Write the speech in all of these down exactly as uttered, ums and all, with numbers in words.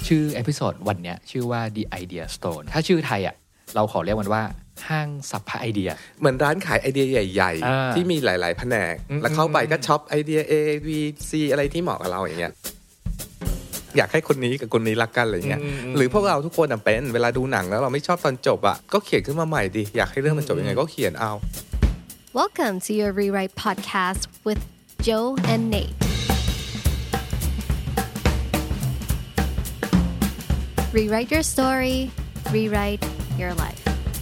ชื่อเอพิโซดวันนี้ชื่อว่า The Idea Store ถ้าชื่อไทยอ่ะเราขอเรียกมันว่าห้างสรรพไอเดียเหมือนร้านขายไอเดียใหญ่ๆที่มีหลายๆแผนกแล้วเข้าไปก็ช็อปไอเดีย A B C อะไรที่เหมาะกับเราอย่างเงี้ยอยากให้คนนี้กับคนนี้รักกันอะไรเงี้ยหรือพวกเราทุกคนเป็นเวลาดูหนังแล้วเราไม่ชอบตอนจบอ่ะก็เขียนขึ้นมาใหม่ดิอยากให้เรื่องมันจบยังไงก็เขียนเอา Welcome to your Rewrite Podcast with Joe and Nate. Rewrite your story, rewrite your life.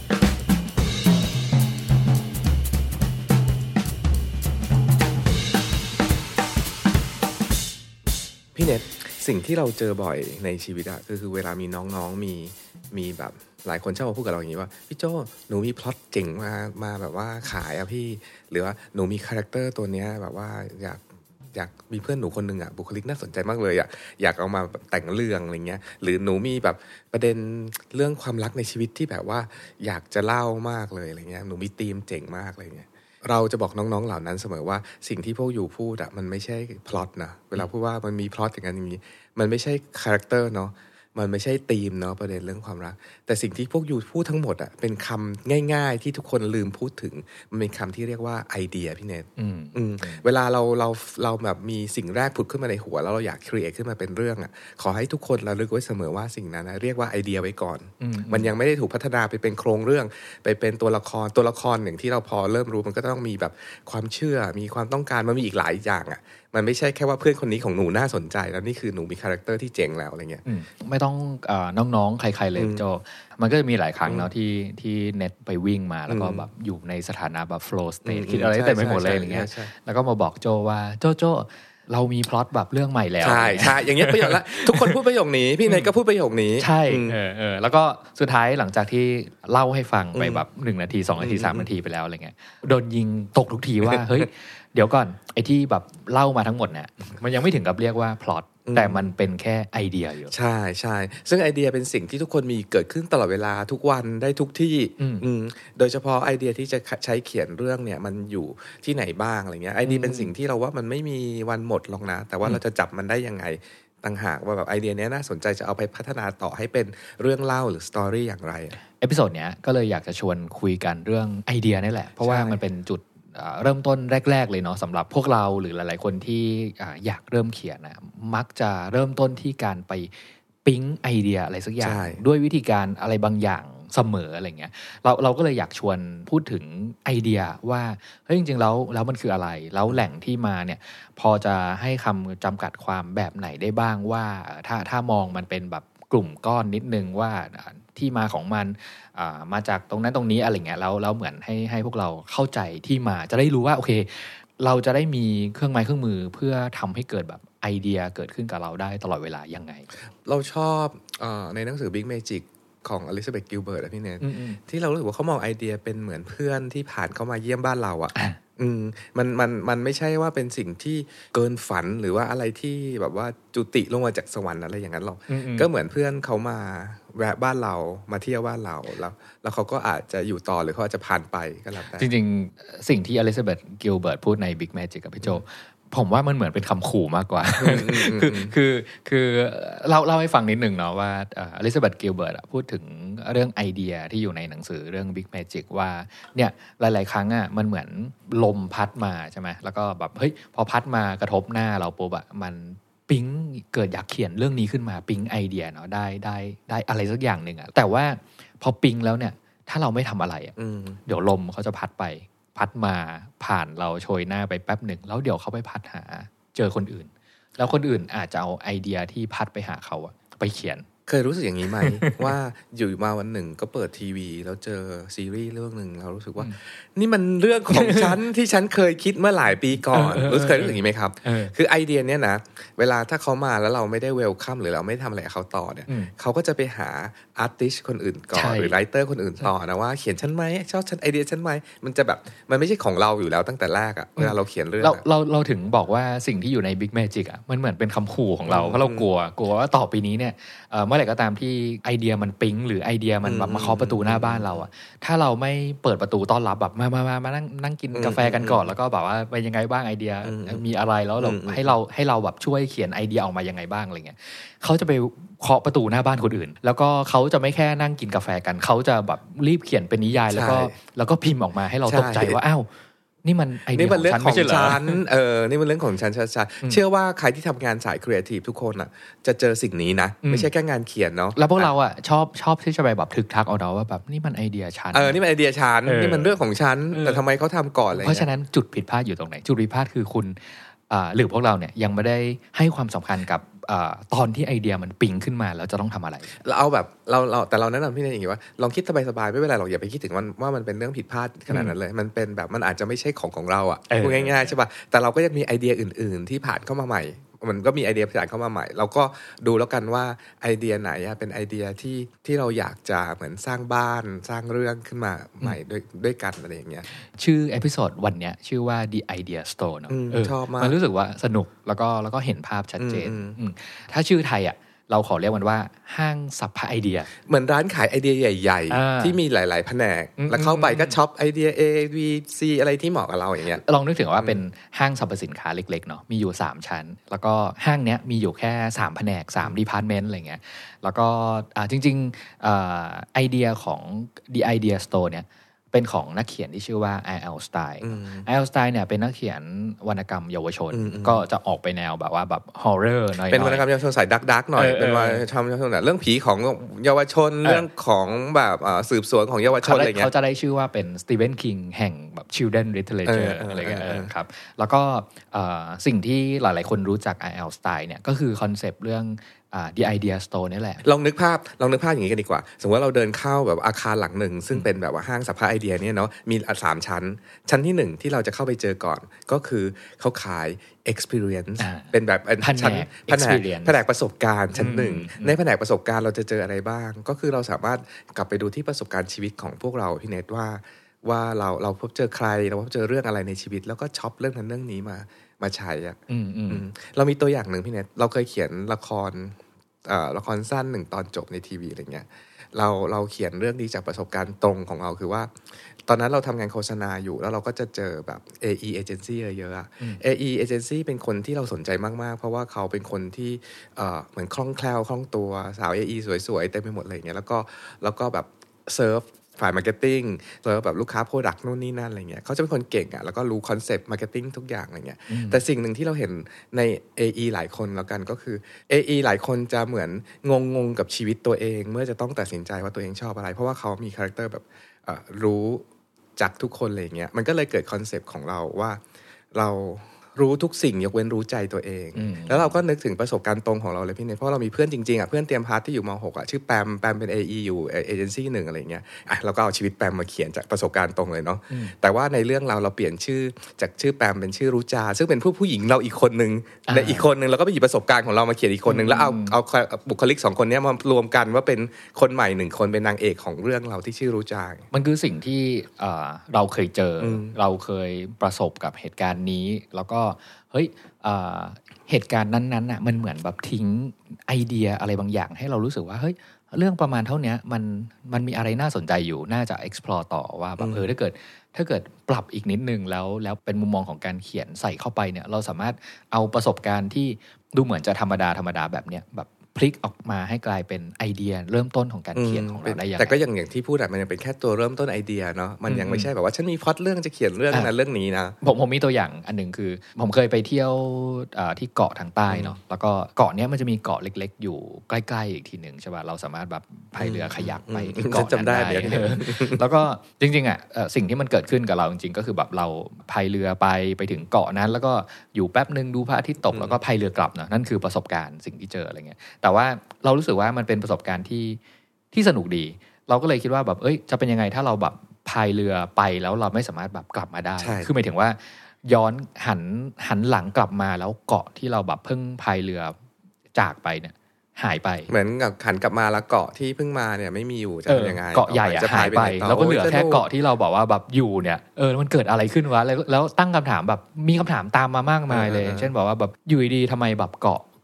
พี่เน็ตสิ่งที่เราเจอบ่อยในชีวิตอะคือเวลามีน้องๆมีมีแบบหลายคนชอบมาพูดกับเราอย่างนี้ว่าพี่โจ้หนูมีพล็อตเจ๋งมามาแบบว่าขายอะพี่หรือว่าหนูมีคาแรคเตอร์ตัวเนี้ยแบบว่าอยากอยากมีเพื่อนหนูคนนึงอะบุคลิกน่าสนใจมากเลยอะอยากเอามาแต่งเรื่องอะไรเงี้ยหรือหนูมีแบบประเด็นเรื่องความรักในชีวิตที่แบบว่าอยากจะเล่ามากเลยอะไรเงี้ยหนูมีธีมเจ๋งมากอะไรเงี้ยเราจะบอกน้องๆเหล่านั้นเสมอว่าสิ่งที่พวกอยู่พูดอะมันไม่ใช่พล็อตนะเวลาพูดว่ามันมีพล็อตอย่างนั้นอย่างนี้มันไม่ใช่คาแรคเตอร์เนาะมันไม่ใช่ธีมเนาะประเด็นเรื่องความรักแต่สิ่งที่พวกยูพูดทั้งหมดอ่ะเป็นคำง่ายๆที่ทุกคนลืมพูดถึงมันเป็นคำที่เรียกว่าไอเดียพี่เนทเวลาเราเราเราแบบมีสิ่งแรกผุดขึ้นมาในหัวแล้วเราอยากครีเอทขึ้นมาเป็นเรื่องอ่ะขอให้ทุกคนระลึกไว้เสมอว่าสิ่งนั้นนะเรียกว่าไอเดียไว้ก่อนมันยังไม่ได้ถูกพัฒนาไปเป็นโครงเรื่องไปเป็นตัวละครตัวละครหนึ่งที่เราพอเริ่มรู้มันก็ต้องมีแบบความเชื่อมีความต้องการมันมีอีกหลายอย่างอ่ะมันไม่ใช่แค่ว่าเพื่อนคนนี้ของหนูน่าสนใจแล้วนี่คือหนูมีคาแรคเตอร์ที่เจ๋งแล้วอะไรเงี้ยไม่ต้องเอ่อน้องๆใครๆเลยโจมันก็จะมีหลายครั้งเนาะที่ที่เน็ตไปวิ่งมาแล้วก็แบบอยู่ในสถานะแบบ flow state คิดอะไรเต็มไปหมดเลยอย่างเงี้ยแล้วก็มาบอกโจว่าโจโจเรามีพล็อตแบบเรื่องใหม่แล้วใช่ใช่อย่างเงี้ยประโยคละทุกคนพูดประโยคนี้พี่เนทก็พูดประโยคนี้ใช่เออเออแล้วก็สุดท้ายหลังจากที่เล่าให้ฟังไปแบบหนึ่งนาทีสองนาทีสามนาทีไปแล้วอะไรเงี้ยโดนยิงตกทุกทีว่าเฮ้ยเดี๋ยวก่อนไอ้ที่แบบเล่ามาทั้งหมดเนี่ยมันยังไม่ถึงกับเรียกว่าพล็อตแต่มันเป็นแค่ไอเดียอยู่ใช่ใช่ซึ่งไอเดียเป็นสิ่งที่ทุกคนมีเกิดขึ้นตลอดเวลาทุกวันได้ทุกที่โดยเฉพาะไอเดียที่จะใช้เขียนเรื่องเนี่ยมันอยู่ที่ไหนบ้างอะไรเงี้ยไอเดียเป็นสิ่งที่เราว่ามันไม่มีวันหมดหรอกนะแต่ว่าเราจะจับมันได้ยังไงต่างหากว่าแบบไอเดียนี้น่าสนใจจะเอาไปพัฒนาต่อให้เป็นเรื่องเล่าหรือสตอรี่อย่างไรเอพิโซดเนี้ยก็เลยอยากจะชวนคุยกันเรื่องไอเดียนี่แหละเพราะว่ามันเป็นจุดเริ่มต้นแรกๆเลยเนาะสำหรับพวกเราหรือหลายๆคนที่อยากเริ่มเขียนนะมักจะเริ่มต้นที่การไปปิ๊งไอเดียอะไรสักอย่างด้วยวิธีการอะไรบางอย่างเสมออะไรเงี้ยเราเราก็เลยอยากชวนพูดถึงไอเดียว่าเฮ้ยจริงๆแล้วแล้วมันคืออะไรแล้วแหล่งที่มาเนี่ยพอจะให้คำจำกัดความแบบไหนได้บ้างว่าถ้าถ้ามองมันเป็นแบบกลุ่มก้อนนิดนึงว่าที่มาของมันมาจากตรงนั้นตรงนี้อะไรเงี้ยแล้วแล้วเหมือนให้ให้พวกเราเข้าใจที่มาจะได้รู้ว่าโอเคเราจะได้มีเครื่องไม้เครื่องมือเพื่อทำให้เกิดแบบไอเดียเกิดขึ้นกับเราได้ตลอดเวลายังไงเราชอบเอ่อในหนังสือ Big Magic ของอลิซาเบธกิลเบิร์ตอะพี่เนทที่เรารู้สึกว่าเขามองไอเดียเป็นเหมือนเพื่อนที่ผ่านเข้ามาเยี่ยมบ้านเราอะอืมมันมันมันไม่ใช่ว่าเป็นสิ่งที่เกินฝันหรือว่าอะไรที่แบบว่าจุติลงมาจากสวรรค์อะไรอย่างนั้นหรอกก็เหมือนเพื่อนเขามาแวะบ้านเรามาเที่ยวบ้านเราแล้วแล้วเขาก็อาจจะอยู่ต่อหรือเขาอาจจะผ่านไปก็แล้วแต่จริงๆสิ่งที่อลิซาเบธกิลเบิร์ตพูดใน Big Magic กับพี่โจผมว่ามันเหมือนเป็นคำขู่มากกว่าคือคือคือเล่าเล่าให้ฟังนิดนึงเนาะว่าอลิซาเบธกิลเบิร์ตพูดถึงเรื่องไอเดียที่อยู่ในหนังสือเรื่อง Big Magic ว่าเนี่ยหลายๆครั้งอ่ะมันเหมือนลมพัดมาใช่ไหมแล้วก็แบบเฮ้ยพอพัดมากระทบหน้าเราปุ๊บอะมันปิ๊งเกิดอยากเขียนเรื่องนี้ขึ้นมาปิ๊งไอเดียเนาะได้ได้ได้อะไรสักอย่างหนึ่งอะแต่ว่าพอปิ๊งแล้วเนี่ยถ้าเราไม่ทำอะไรอะเดี๋ยวลมเขาจะพัดไปพัดมาผ่านเราโชยหน้าไปแป๊บหนึ่งแล้วเดี๋ยวเขาไปพัดหาเจอคนอื่นแล้วคนอื่นอาจจะเอาไอเดียที่พัดไปหาเขาอะไปเขียนเคยรู้สึกอย่างนี้ไหม ว่าอยู่มาวันหนึ่งก็เปิดทีวีแล้วเจอซีรีส์เรื่องหนึ่งเรารู้สึกว่านี่มันเรื่องของฉัน ที่ฉันเคยคิดเมื่อหลายปีก่อนรู้สึกเคยรู้สึกอย่างนี้ไหมครับคือไอเดียเนี้ยนะเวลาถ้าเขามาแล้วเราไม่ได้เวลคัมหรือเราไม่ทำอะไรกับเขาต่อเนี่ยเขาก็จะไปหาอาร์ติสต์คนอื่นก่อนหรือไรเตอร์คนอื่นต่อนะว่าเขียนฉันไหมชอบฉันไอเดียฉันไหมมันจะแบบมันไม่ใช่ของเราอยู่แล้วตั้งแต่แรกอะเวลาเราเขียนเรื่องเราเราเราถึงบอกว่าสิ่งที่อยู่ใน Big Magic อะมันเหมือนเป็นคำขู่ของเราเพราะเรากลัวกลัวว่าต่อไปนี้เนี่ยเมื่อมื่อไหร่ก็ตามที่ไอเดียมันปิ๊งหรือไอเดียมันแบบมาเคาะประตูหน้าบ้านเราอะถ้าเราไม่เปิดประตูต้อนรับแบบมามามามานั่งนั่งกินกาแฟกันก่อนแล้วก็แบบว่าเป็นยังไงบ้างไอเดียมีอะไรแล้วเราให้เราให้เราแบบช่วยเขียนไอเดียออกมายังไงบ้างอะไรเงี้ยเขาจะไปเคาะประตูหน้าบ้านคนอื่นแล้วก็เขาจะไม่แค่นั่งกินกาแฟกันเขาจะแบบรีบเขียนเป็นนิยายแล้วก็แล้วก็พิมพ์ออกมาให้เราตกใจว่าอ้าวนี่มันไอเดียของฉันไม่ใช่เหรอเออนี่มันเรื่องของฉันชัดๆเชื่อว่าใครที่ทำงานสายครีเอทีฟทุกคนอ่ะจะเจอสิ่งนี้นะไม่ใช่แค่งานเขียนเนาะแล้วพวกเราอ่ะชอบชอบที่จะไปแบบทึกทักเอาเนาะว่าแบบนี่มันไอเดียฉันเออนี่มันไอเดียฉันนี่มันเรื่องของฉันแต่ทำไมเขาทำก่อนอะไรเพราะฉะนั้นจุดผิดพลาดอยู่ตรงไหนจุดผิดพลาดคือคุณหรือพวกเราเนี่ยยังไม่ได้ให้ความสำคัญกับตอนที่ไอเดียมันปิ๊งขึ้นมาแล้วจะต้องทำอะไรเราเอาแบบเราเราแต่เราแนะนำพี่เนยอย่างนี้ว่าลองคิดสบายๆไม่เป็นไรหรอกอย่าไปคิดถึงว่าว่ามันเป็นเรื่องผิดพลาดขนาดนั้นเลยมันเป็นแบบมันอาจจะไม่ใช่ของของเราอ่ะพูดง่ายๆใช่ป่ะแต่เราก็ยังมีไอเดียอื่นๆที่ผ่านเข้ามาใหม่มันก็มีไอเดียผ่านเข้ามาใหม่เราก็ดูแล้วกันว่าไอเดียไหนเป็นไอเดียที่ที่เราอยากจะเหมือนสร้างบ้านสร้างเรื่องขึ้นมาใหม่ด้วยด้วยกันอะไรอย่างเงี้ยชื่อเอพิโซดวันเนี้ยชื่อว่า The Idea Store เนอะชอบมากมันรู้สึกว่าสนุกแล้วก็แล้วก็เห็นภาพชัดเจนถ้าชื่อไทยอ่ะเราขอเรียกมันว่าห้างสรรพไอเดียเหมือนร้านขายไอเดียใหญ่ๆที่มีหลายๆแผนกแล้วเข้าไปก็ช็อปไอเดีย A B C อะไรที่เหมาะกับเราอย่างเงี้ยลองนึกถึงว่าเป็นห้างสรรพสินค้าเล็กๆเนาะมีอยู่สามชั้นแล้วก็ห้างเนี้ยมีอยู่แค่สามแผนกสามดีพาร์ตเมนต์อะไรเงี้ยแล้วก็จริงๆไอเดียของ The Idea Store เนี่ยเป็นของนักเขียนที่ชื่อว่า ไอ แอล Stein ไอ แอล Stein เนี่ยเป็นนักเขียนวรรณกรรมเยาวชนก็จะออกไปแนวแบบว่าแบบฮอร์เรอร์หน่อยๆเป็นวรรณกรรมเยาวชนสายดักๆหน่อยเป็นว่าทำเยาวชนเรื่องผีของเยาวชนเรื่องของแบบสืบสวนของเยาวชนอะไรเงี้ยเขาจะได้ชื่อว่าเป็นสตีเฟนคิงแห่งแบบ Children Literature อะไรเงี้ยครับแล้วก็สิ่งที่หลายๆคนรู้จัก ไอ แอล Stein เนี่ยก็คือคอนเซปต์เรื่องThe Idea Store นี่แหละลองนึกภาพลองนึกภาพอย่างนี้กันดีกว่าสมมติว่าเราเดินเข้าแบบอาคารหลังหนึ่งซึ่งเป็นแบบว่าห้างสรรพไอเดียเนี่ยเนาะมีสามชั้นชั้นที่หนึ่งที่เราจะเข้าไปเจอก่อนก็คือเขาขาย experience เป็นแบบชั้นแผนกแผนกประสบการณ์ชั้นหนึ่งในแผนกประสบการณ์เราจะเจออะไรบ้างก็คือเราสามารถกลับไปดูที่ประสบการณ์ชีวิตของพวกเราพี่เนทว่าว่าเราเราพบเจอใครเราพบเจอเรื่องอะไรในชีวิตแล้วก็ช็อปเรื่องนั้นเรื่องนี้มามาใช้อ่ะเรามีตัวอย่างหนึ่งพี่เนทเราเคยเขียนละครละครสั้นหนึ่งตอนจบในทีวีอะไรเงี้ยเราเราเขียนเรื่องนี้จากประสบการณ์ตรงของเราคือว่าตอนนั้นเราทำงานโฆษณาอยู่แล้วเราก็จะเจอแบบ เอ อี Agency เยอะๆ เอ อี Agency เป็นคนที่เราสนใจมากๆเพราะว่าเขาเป็นคนที่เหมือนคล่องแคล่วคล่องตัวสาว เอ อี สวยๆเต็มไปหมดเลยเงี้ยแล้วก็แล้วก็แบบเซิร์ฟฝ่ายมาร์เก็ตติ้งแล้วแบบลูกค้าโปรดักต์นู่นนี่นั่นอะไรเงี้ยเขาจะเป็นคนเก่งอ่ะแล้วก็รู้คอนเซปต์มาร์เก็ตติ้งทุกอย่างอะไรเงี้ยแต่สิ่งหนึ่งที่เราเห็นใน เอ อี หลายคนแล้วกันก็คือ เอ อี หลายคนจะเหมือนงงๆกับชีวิตตัวเองเมื่อจะต้องตัดสินใจว่าตัวเองชอบอะไรเพราะว่าเขามีคาแรคเตอร์แบบรู้จากทุกคนอะไรเงี้ยมันก็เลยเกิดคอนเซปต์ของเราว่าเรารู้ทุกสิ่งยกเว้นรู้ใจตัวเองแล้วเราก็นึกถึงประสบการณ์ตรงของเราเลยพี่เนยเพราะเรามีเพื่อนจริงๆอ่ะเพื่อนเตรียมพาร์ทที่อยู่ม.หก อ่ะชื่อแปมแปมเป็น เอ อี อยู่เอเจนซี่หนึ่งอะไรเงี้ยอ่ะเราก็เอาชีวิตแปมมาเขียนจากประสบการณ์ตรงเลยเนาะแต่ว่าในเรื่องเราเราเปลี่ยนชื่อจากชื่อแปมเป็นชื่อรู้จาซึ่งเป็นผู้ผู้หญิงเราอีกคนนึงและอีกคนนึงเราก็ไปหยิบประสบการณ์ของเรามาเขียนอีกคนนึงแล้วเอาเอาบุคลิกสองคนนี้มารวมกันว่าเป็นคนใหม่หนึ่งคนเป็นนางเอกของเรื่องเราที่ชื่อรู้จามันคือสิ่งที่เราเคยเจอเราเคยประสบกับเหตุการณ์นี้แล้วก็เฮ้ยเหตุการณ์นั้นๆน่ะมันเหมือนแบบทิ้งไอเดียอะไรบางอย่างให้เรารู้สึกว่าเฮ้ยเรื่องประมาณเท่านี้มันมันมีอะไรน่าสนใจอยู่น่าจะ explore ต่อว่าแบบเออถ้าเกิดถ้าเกิดปรับอีกนิดนึงแล้วแล้วเป็นมุมมองของการเขียนใส่เข้าไปเนี่ยเราสามารถเอาประสบการณ์ที่ดูเหมือนจะธรรมดาธรรมดาแบบเนี้ยแบบพลิกออกมาให้กลายเป็นไอเดียเริ่มต้นของการเขียนของเราได้ยังไงแต่ก็อย่างอย่างที่พูดอะมันยังเป็นแค่ตัวเริ่มต้นไอเดียเนาะมันยังไม่ใช่แบบว่าฉันมีพล็อตเรื่องจะเขียนเรื่องนั้นเรื่องนี้นะผมผมมีตัวอย่างอันหนึ่งคือผมเคยไปเที่ยวที่เกาะทางใต้เนาะแล้วก็เกาะเนี้ยมันจะมีเกาะเล็กๆอยู่ใกล้ๆอีกทีหนึ่งใช่ป่ะเราสามารถแบบพายเรือขยักไปที่เกาะนั้นได้แล้วก็จริงๆอะสิ่งที่มันเกิดขึ้นกับเราจริงๆก็คือแบบเราพายเรือไปไปถึงเกาะนั้นแล้วก็อยู่แป๊บนึงดูพระอาทิตย์ตกแล้วก็พายเรือกลับเนาะนั่นคือประสบการณ์สิ่งที่เจออะไรเงี้ยแต่ว่าเรารู้สึกว่ามันเป็นประสบการณ์ที่ที่สนุกดีเราก็เลยคิดว่าแบบเอ้ยจะเป็นยังไงถ้าเราแบบพายเรือไปแล้วเราไม่สามารถแบบกลับมาได้คือหมายถึงว่าย้อนหันหันหลังกลับมาแล้วเกาะที่เราแบบเพิ่งพายเรือจากไปเนี่ยหายไปเหมือนกับหันกลับมาแล้วเกาะที่เพิ่งมาเนี่ยไม่มีอยู่จะทำยังไงเกาะใหญ่หายไปแล้วก็เหลือแค่เกาะที่เราบอกว่าแบบอยู่เนี่ยเออมันเกิดอะไรขึ้นวะแล้วแล้วตั้งคำถามแบบมีคำถามตามมามากมายเลยเช่นบอกว่าแบบอยู่ดีทำไมแบบเกาะ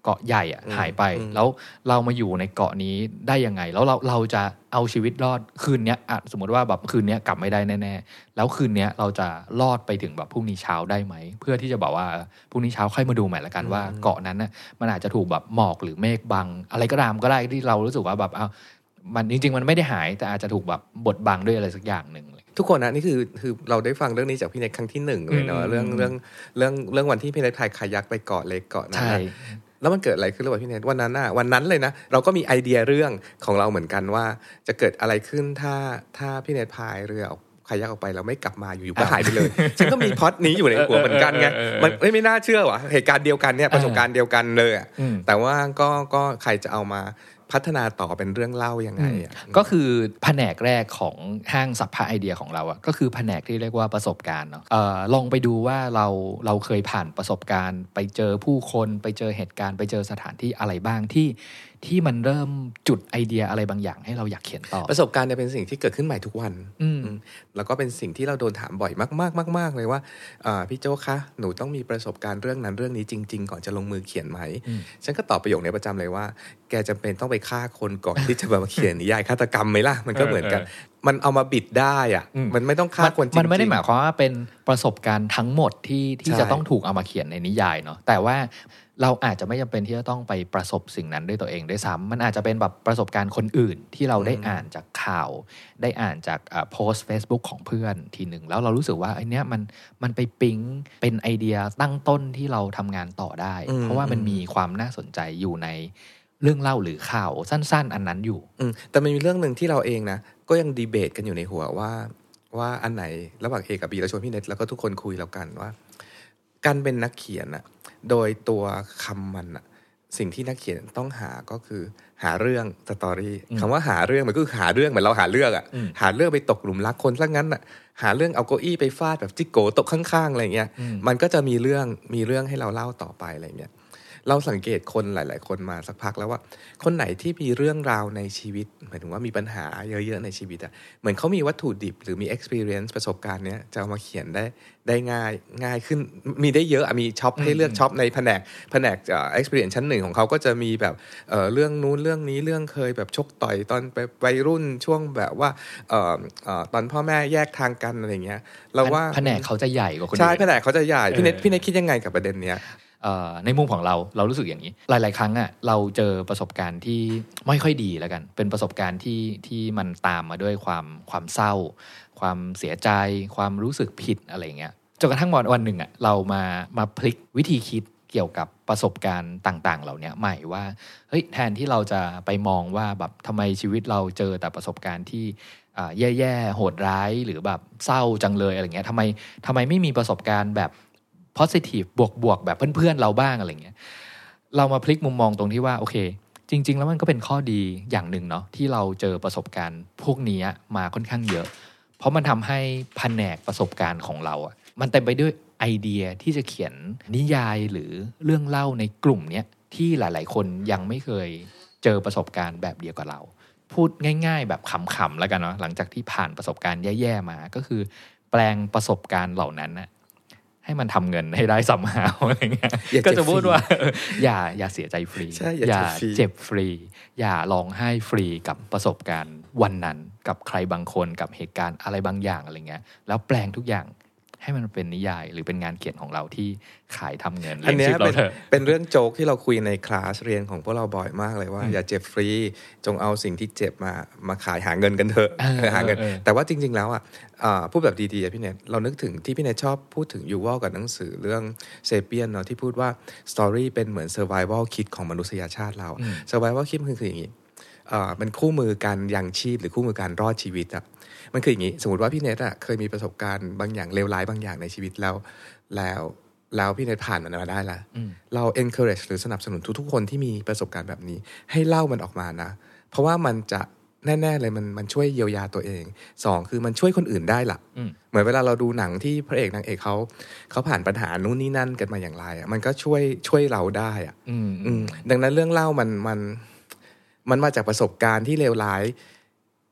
เกาะใหญ่อ่ะหายไปแล้วเรามาอยู่ในเกาะนี้ได้ยังไงแล้วเราเราจะเอาชีวิตรอดคืนนี้อ่ะสมมติว่าแบบคืนนี้กลับไม่ได้แน่ๆแล้วคืนนี้เราจะรอดไปถึงแบบพรุ่งนี้เช้าได้ไหมเพื่อที่จะบอกว่าพรุ่งนี้เช้าค่อยมาดูใหม่ละกันว่าเกาะนั้นน่ะมันอาจจะถูกแบบหมอกหรือเมฆบังอะไรก็ตามก็ได้ที่เรารู้สึกว่าแบบเอามันจริงๆมันไม่ได้หายแต่อาจจะถูกแบบบดบังด้วยอะไรสักอย่างนึงทุกคนนะนี่คือคือเราได้ฟังเรื่องนี้จากพี่เน็ตครั้งที่หนึ่งเลยเนาะเรื่องเรื่องเรื่องเรื่องวันที่พี่เน็ตพายคายักไปเกาะเล็กเกาะนั้นแล้วมันเกิดอะไรขึ้นระหว่างพี่เน็ตวันนั้นน่ะวันนั้นเลยนะเราก็มีไอเดียเรื่องของเราเหมือนกันว่าจะเกิดอะไรขึ้นถ้าถ้าพี่เน็ตพายเรือคายักออกไปเราไม่กลับมาอยู่ๆก็หายไปเลยฉันก็มีพล็อตนี้อยู่ในหัวเหมือนกันไงมันไม่น่าเชื่อว่ะเหตุการณ์เดียวกันเนี่ยประสบการณ์เดียวกันเลยอ่ะแต่ว่าก็ก็ใครจะเอามาพัฒนาต่อเป็นเรื่องเล่ายังไงอ่ะก็คือแผนกแรกของห้างสัพพะไอเดียของเราอ่ะก็คือแผนกที่เรียกว่าประสบการณ์เนาะเอ่อลองไปดูว่าเราเราเคยผ่านประสบการณ์ไปเจอผู้คนไปเจอเหตุการณ์ไปเจอสถานที่อะไรบ้างที่ที่มันเริ่มจุดไอเดียอะไรบางอย่างให้เราอยากเขียนต่อประสบการณ์เนี่ยเป็นสิ่งที่เกิดขึ้นใหม่ทุกวันแล้วก็เป็นสิ่งที่เราโดนถามบ่อยมากๆมากๆเลยว่าพี่โจ้คะหนูต้องมีประสบการณ์เรื่องนั้นเรื่องนี้จริงๆก่อนจะลงมือเขียนไหมฉันก็ตอบประโยคนี้ประจำเลยว่าแกจำเป็นต้องไปฆ่าคนก่อนที่จะมาเขียนนิยายฆาตกรรมไหมล่ะมันก็เหมือนกันมันเอามาบิดได้อ่ะมันไม่ต้องฆ่าคนจริงๆมันไม่ได้หมายความว่าเป็นประสบการณ์ทั้งหมดที่ที่จะต้องถูกเอามาเขียนในนิยายเนาะแต่ว่าเราอาจจะไม่จำเป็นที่จะต้องไปประสบสิ่งนั้นด้วยตัวเองด้วยซ้ำมันอาจจะเป็นแบบประสบการณ์คนอื่นที่เราได้อ่านจากข่าวได้อ่านจากโพสต์ Facebook ของเพื่อนทีหนึ่งแล้วเรารู้สึกว่าไอ้เนี้ยมันมันไปปิ๊งเป็นไอเดียตั้งต้นที่เราทำงานต่อได้เพราะว่ามันมีความน่าสนใจอยู่ในเรื่องเล่าหรือข่าวสั้นๆอันนั้นอยู่แต่มันมีเรื่องนึงที่เราเองนะก็ยังดีเบตกันอยู่ในหัวว่าว่าอันไหนระหว่าง A กับ B เราชวนพี่เน็ตแล้วก็ทุกคนคุยแล้วกันว่าการเป็นนักเขียนอะโดยตัวคำมันอะสิ่งที่นักเขียนต้องหาก็คือหาเรื่องสตอรี่คำว่าหาเรื่องมันก็คือหาเรื่องเหมือนเราหาเรื่องอะหาเรื่องไปตกหลุมรักคนซะงั้นอะหาเรื่องเอาเก้าอี้ไปฟาดแบบจิโก้ตกข้างๆอะไรเงี้ยมันก็จะมีเรื่องมีเรื่องให้เราเล่าต่อไปอะไรเงี้ยเราสังเกตคนหลายๆคนมาสักพักแล้วว่าคนไหนที่มีเรื่องราวในชีวิตหมายถึงว่ามีปัญหาเยอะๆในชีวิตอะเหมือนเขามีวัตถุดิบหรือมี experience ประสบการณ์เนี้ยจะเอามาเขียนได้ได้ง่ายง่ายขึ้นมีได้เยอะมีช็อปให้เลือกช็อปในแผนกแผนกเอ่อ experience ชั้นหนึ่งของเขาก็จะมีแบบเอ่อเรื่องนู้นเรื่องนี้เรื่องเคยแบบชกต่อยตอนไปวัยรุ่นช่วงแบบว่าเอ่อเอ่อตอนพ่อแม่แยกทางกันอะไรเงี้ยเราว่าแผนกเขาจะใหญ่กว่าคนอื่นใช่แผนกเขาจะใหญ่พี่เนทพี่เนทคิดยังไงกับประเด็นเนี้ยในมุมของเราเรารู้สึกอย่างนี้หลายๆครั้งอ่ะเราเจอประสบการณ์ที่ไม่ค่อยดีแล้วกันเป็นประสบการณ์ที่ที่มันตามมาด้วยความความเศร้าความเสียใจความรู้สึกผิดอะไรเงี้ยจนกระทั่งวันวันหนึ่งอ่ะเรามามาพลิกวิธีคิดเกี่ยวกับประสบการณ์ต่างๆเหล่านี้ใหม่ว่าเฮ้ยแทนที่เราจะไปมองว่าแบบทำไมชีวิตเราเจอแต่ประสบการณ์ที่แย่ๆโหดร้ายหรือแบบเศร้าจังเลยอะไรเงี้ยทำไมทำไมไม่มีประสบการณ์แบบpositive บวกๆแบบเพื่อนๆเราบ้างอะไรเงี้ยเรามาพลิกมุมมองตรงที่ว่าโอเคจริงๆแล้วมันก็เป็นข้อดีอย่างหนึ่งเนาะที่เราเจอประสบการณ์พวกนี้มาค่อนข้างเยอะเพราะมันทำให้แผนกประสบการณ์ของเราอ่ะมันเต็มไปด้วยไอเดียที่จะเขียนนิยายหรือเรื่องเล่าในกลุ่มเนี้ยที่หลายๆคนยังไม่เคยเจอประสบการณ์แบบเดียวกับเราพูดง่ายๆแบบขำๆแล้วกันเนาะหลังจากที่ผ่านประสบการณ์แย่ๆมาก็คือแปลงประสบการณ์เหล่านั้นนะให้มันทำเงินให้ได้สัมหาอะไรเงี้ยก็จะพูดว่าอย่าอย่าเสียใจฟรีอย่าเจ็บฟรีอย่าร้องไห้ฟรีกับประสบการณ์วันนั้นกับใครบางคนกับเหตุการณ์อะไรบางอย่างอะไรเงี้ยแล้วแปลงทุกอย่างให้มันเป็นนิยายหรือเป็นงานเขียนของเราที่ขายทำเงินอันนี้เป็นเป็นเรื่องโจ๊กที่เราคุยในคลาสเรียนของพวกเราบ่อยมากเลยว่าอย่าเจ็บฟรีจงเอาสิ่งที่เจ็บมามาขายหาเงินกันเถอะหาเงินแต่ว่าจริงๆแล้วอ่ะพูดแบบดีๆพี่เนทเรานึกถึงที่พี่เนทชอบพูดถึงยูวัลกับหนังสือเรื่องเซเปียนเนาะที่พูดว่าสตอรี่เป็นเหมือน survival kit ของมนุษยชาติเรา survival kit คือคืออย่างนี้มันคู่มือการยังชีพหรือคู่มือการรอดชีวิตอะมันคืออย่างนี้สมมติว่าพี่เนทอะเคยมีประสบการณ์บางอย่างเลวร้ายบางอย่างในชีวิตแล้วแล้วแล้วพี่เนทผ่านมันมาได้ละเรา encourage หรือสนับสนุนทุกๆคนที่มีประสบการณ์แบบนี้ให้เล่ามันออกมานะเพราะว่ามันจะแน่ๆเลยมันมันช่วยเยียวยาตัวเองสองคือมันช่วยคนอื่นได้ล่ะเหมือนเวลาเราดูหนังที่พระเอกนางเอกเขาเขาผ่านปัญหานู่นนี่นั่นกันมาอย่างไรอะมันก็ช่วยช่วยเราได้อะดังนั้นเรื่องเล่ามันมันมันมาจากประสบการณ์ที่เลวร้าย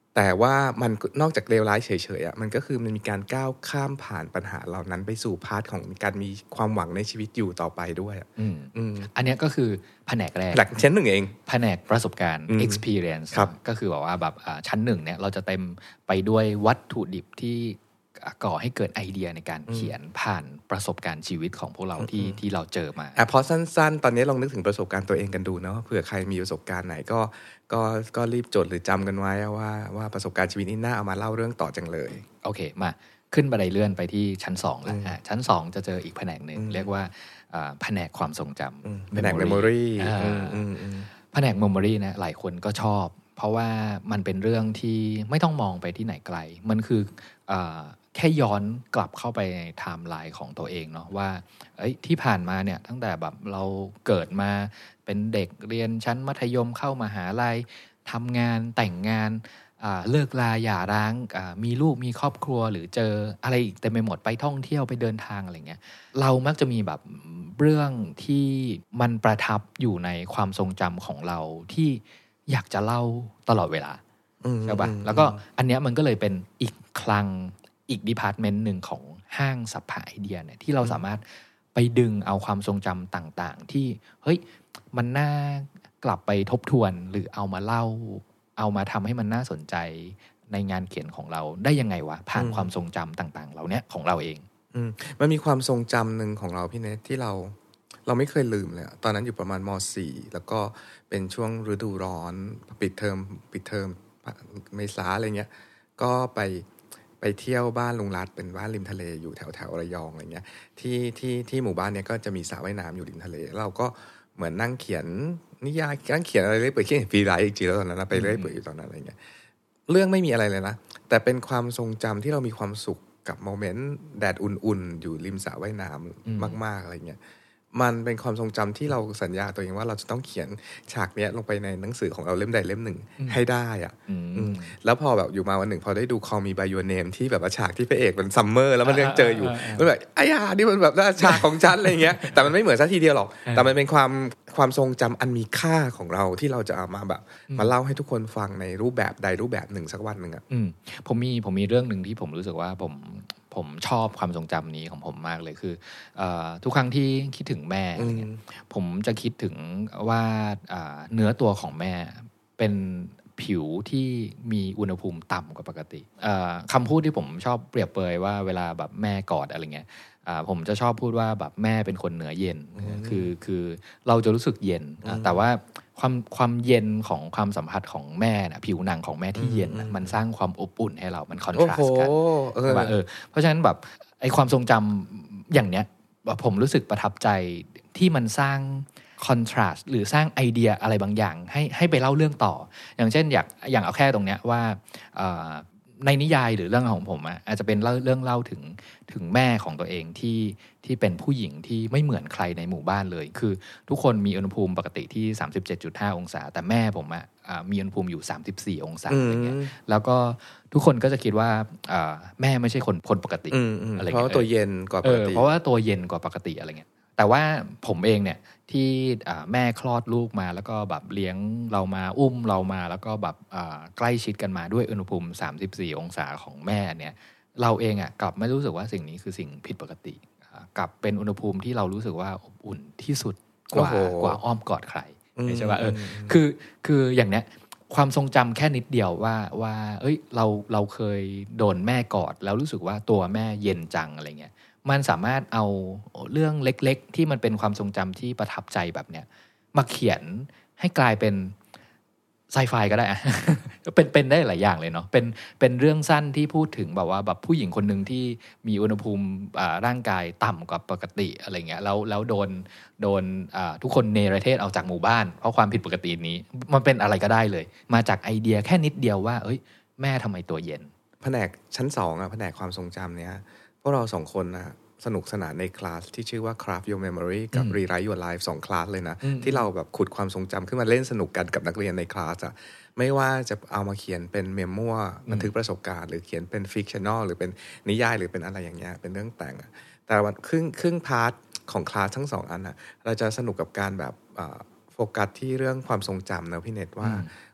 แต่ว่ามันนอกจากเลวร้ายเฉยๆอ่ะมันก็คือมันมีการก้าวข้ามผ่านปัญหาเหล่านั้นไปสู่พาร์ทของการมีความหวังในชีวิตอยู่ต่อไปด้วยอืมอืมอันนี้ก็คือแผนกแรกหลักชั้นหนึ่งเองแผนกประสบการณ์ experience ก็คือบอกว่าแบบชั้นหนึ่งเนี่ยเราจะเต็มไปด้วยวัตถุดิบที่ก่อให้เกิดไอเดียในการเขียนผ่านประสบการณ์ชีวิตของพวกเราที่ที่เราเจอมาอ่ะพอสั้นๆตอนนี้ลองนึกถึงประสบการณ์ตัวเองกันดูเนาะเผื่อใครมีประสบการณ์ไหนก็ก็ก็รีบจดหรือจำกันไว้ว่าว่าประสบการณ์ชีวิตนี้น่าเอามาเล่าเรื่องต่อจังเลยโอเคมาขึ้นบันไดเลื่อนไปที่ชั้นสองแล้วอ่ะชั้นสองจะเจออีกแผนกหนึ่งเรียกว่าแผนกความทรงจำแผนก memory แผนก memory นะหลายคนก็ชอบเพราะว่ามันเป็นเรื่องที่ไม่ต้องมองไปที่ไหนไกลมันคือแค่ย้อนกลับเข้าไปในไทม์ไลน์ของตัวเองเนาะว่าเอ้ยที่ผ่านมาเนี่ยตั้งแต่แบบเราเกิดมาเป็นเด็กเรียนชั้นมัธยมเข้ามหาลัยทำงานแต่งงานเลิกลาหย่าร้างมีลูกมีครอบครัวหรือเจออะไรอีกเต็มไปหมดไปท่องเที่ยวไปเดินทางอะไรเงี้ยเรามักจะมีแบบเรื่องที่มันประทับอยู่ในความทรงจำของเราที่อยากจะเล่าตลอดเวลาใช่ป่ะแล้วก็อันเนี้ยมันก็เลยเป็นอีกคลังอีกดีพาร์ตเมนต์หนึ่งของห้างสรรพไอเดียเนี่ยที่เราสามารถไปดึงเอาความทรงจำต่างๆที่เฮ้ยมันน่ากลับไปทบทวนหรือเอามาเล่าเอามาทำให้มันน่าสนใจในงานเขียนของเราได้ยังไงวะผ่านความทรงจำต่างๆเราเนี่ยของเราเองอืมมันมีความทรงจำหนึ่งของเราพี่เนทที่เราเราไม่เคยลืมเลยตอนนั้นอยู่ประมาณม.สี่ แล้วก็เป็นช่วงฤดูร้อนปิดเทอมปิดเทอมเมษาอะไรเงี้ยก็ไปไปเที่ยวบ้านลุงรัฐเป็นบ้านริมทะเลอยู่แถวแถวระยองอะไรเงี้ยที่ที่ที่หมู่บ้านเนี้ยก็จะมีสระว่ายน้ำอยู่ริมทะเลเราก็เหมือนนั่งเขียนนิยายนั่งเขียนอะไรเรื่อยเปื่อยเขียนฟรีไลท์จริงๆแล้วตอนนั้นไปเรื่อยเปื่อยอยู่ตอนนั้นอะไรเงี้ยเรื่องไม่มีอะไรเลยนะแต่เป็นความทรงจำที่เรามีความสุขกับโมเมนต์แดดอุ่นๆอยู่ริมสระว่ายน้ำมากๆอะไรเงี้ยมันเป็นความทรงจำที่เราสัญญาตัวเองว่าเราจะต้องเขียนฉากเนี้ยลงไปในหนังสือของเราเล่มใดเล่มหนึ่งให้ได้อ่ะแล้วพอแบบอยู่มาวันหนึ่งพอได้ดู Call Me by Your Name ที่แบบว่าฉากที่พระเอกมันซัมเมอร์แล้วมันยังเจออยู่มันแบบไอ้ยานี่มันแบบฉากของฉันอะไรเงี้ยแต่มันไม่เหมือนซะทีเดียวหรอกแต่มันเป็นความความทรงจำอันมีค่าของเราที่เราจะเอามาแบบมาเล่าให้ทุกคนฟังในรูปแบบใดรูปแบบหนึ่งสักวันหนึ่งอ่ะผมมีผมมีเรื่องหนึ่งที่ผมรู้สึกว่าผมผมชอบความทรงจำนี้ของผมมากเลยคือเอ่อทุกครั้งที่คิดถึงแม่ผมจะคิดถึงว่าเนื้อตัวของแม่เป็นผิวที่มีอุณหภูมิต่ำกว่าปกติคำพูดที่ผมชอบเปรียบเปรยว่าเวลาแบบแม่กอดอะไรเงี้ยผมจะชอบพูดว่าแบบแม่เป็นคนเนื้อเย็นคือคือเราจะรู้สึกเย็นแต่ว่าความความเย็นของความสัมผัสของแม่นะผิวหนังของแม่ที่เย็นนะมันสร้างความอบอุ่นให้เรามันคอนทราสต์กันว่าเออเพราะฉะนั้นแบบไอความทรงจำอย่างเนี้ยผมรู้สึกประทับใจที่มันสร้างคอนทราสต์หรือสร้างไอเดียอะไรบางอย่างให้ให้ไปเล่าเรื่องต่ออย่างเช่นอยากอย่างเอาแค่ตรงเนี้ยว่าในนิยายหรือเรื่องของผมอ่ะอาจจะเป็นเรื่องเล่าถึงถึงแม่ของตัวเองที่ที่เป็นผู้หญิงที่ไม่เหมือนใครในหมู่บ้านเลยคือทุกคนมีอุณหภูมิปกติที่ สามสิบเจ็ดจุดห้า องศาแต่แม่ผมอ่ะมีอุณหภูมิอยู่สามสิบสี่องศาอะไรเงี้ยแล้วก็ทุกคนก็จะคิดว่าแม่ไม่ใช่คนคนปกติอะไรเพราะว่าตัวเย็นกว่าปกติเพราะว่าตัวเย็นกว่าปกติอะไรเงี้ยแต่ว่าผมเองเนี่ยที่แม่คลอดลูกมาแล้วก็แบบเลี้ยงเรามาอุ้มเรามาแล้วก็แบบใกล้ชิดกันมาด้วยอุณหภูมิสามสิบสี่องศาของแม่เนี่ยเราเองอ่ะกลับไม่รู้สึกว่าสิ่งนี้คือสิ่งผิดปกติกลับเป็นอุณหภูมิที่เรารู้สึกว่าอบอุ่นที่สุดกว่ากว่าอ้อมกอดใครใช่ป่ะเออคือคืออย่างเนี้ยความทรงจำแค่นิดเดียวว่าว่าเอ้ยเราเราเคยโดนแม่กอดแล้วรู้สึกว่าตัวแม่เย็นจังอะไรเงี้ยมันสามารถเอาเรื่องเล็กๆที่มันเป็นความทรงจำที่ประทับใจแบบเนี้ยมาเขียนให้กลายเป็นไซไฟก็ได้อะ เป็นเป็นได้หลายอย่างเลยเนาะเป็นเป็นเรื่องสั้นที่พูดถึงแบบว่าแบบผู้หญิงคนหนึ่งที่มีอุณหภูมิร่างกายต่ำกว่าปกติอะไรเงี้ยแล้วแล้วโดนโดนทุกคนเนรเทศออกจากหมู่บ้านเพราะความผิดปกตินี้มันเป็นอะไรก็ได้เลยมาจากไอเดียแค่นิดเดียวว่าเอ้ยแม่ทำไมตัวเย็นแผนกชั้นสองอะแผนกความทรงจำเนี้ยพวกเราสองคนนะสนุกสนานในคลาสที่ชื่อว่า Craft Your Memory กับ Rewrite Your Life สองคลาสเลยนะที่เราแบบขุดความทรงจำขึ้นมาเล่นสนุกกันกับนักเรียนในคลาสอะไม่ว่าจะเอามาเขียนเป็นเมมโมบันทึกประสบการณ์หรือเขียนเป็นฟิกชันนอลหรือเป็นนิยายหรือเป็นอะไรอย่างเงี้ยเป็นเรื่องแต่งอะแต่วันครึ่งครึ่งพาร์ทของคลาสทั้งสองอันอะเราจะสนุกกับการแบบโฟกัสที่เรื่องความทรงจำนะพี่เนทว่า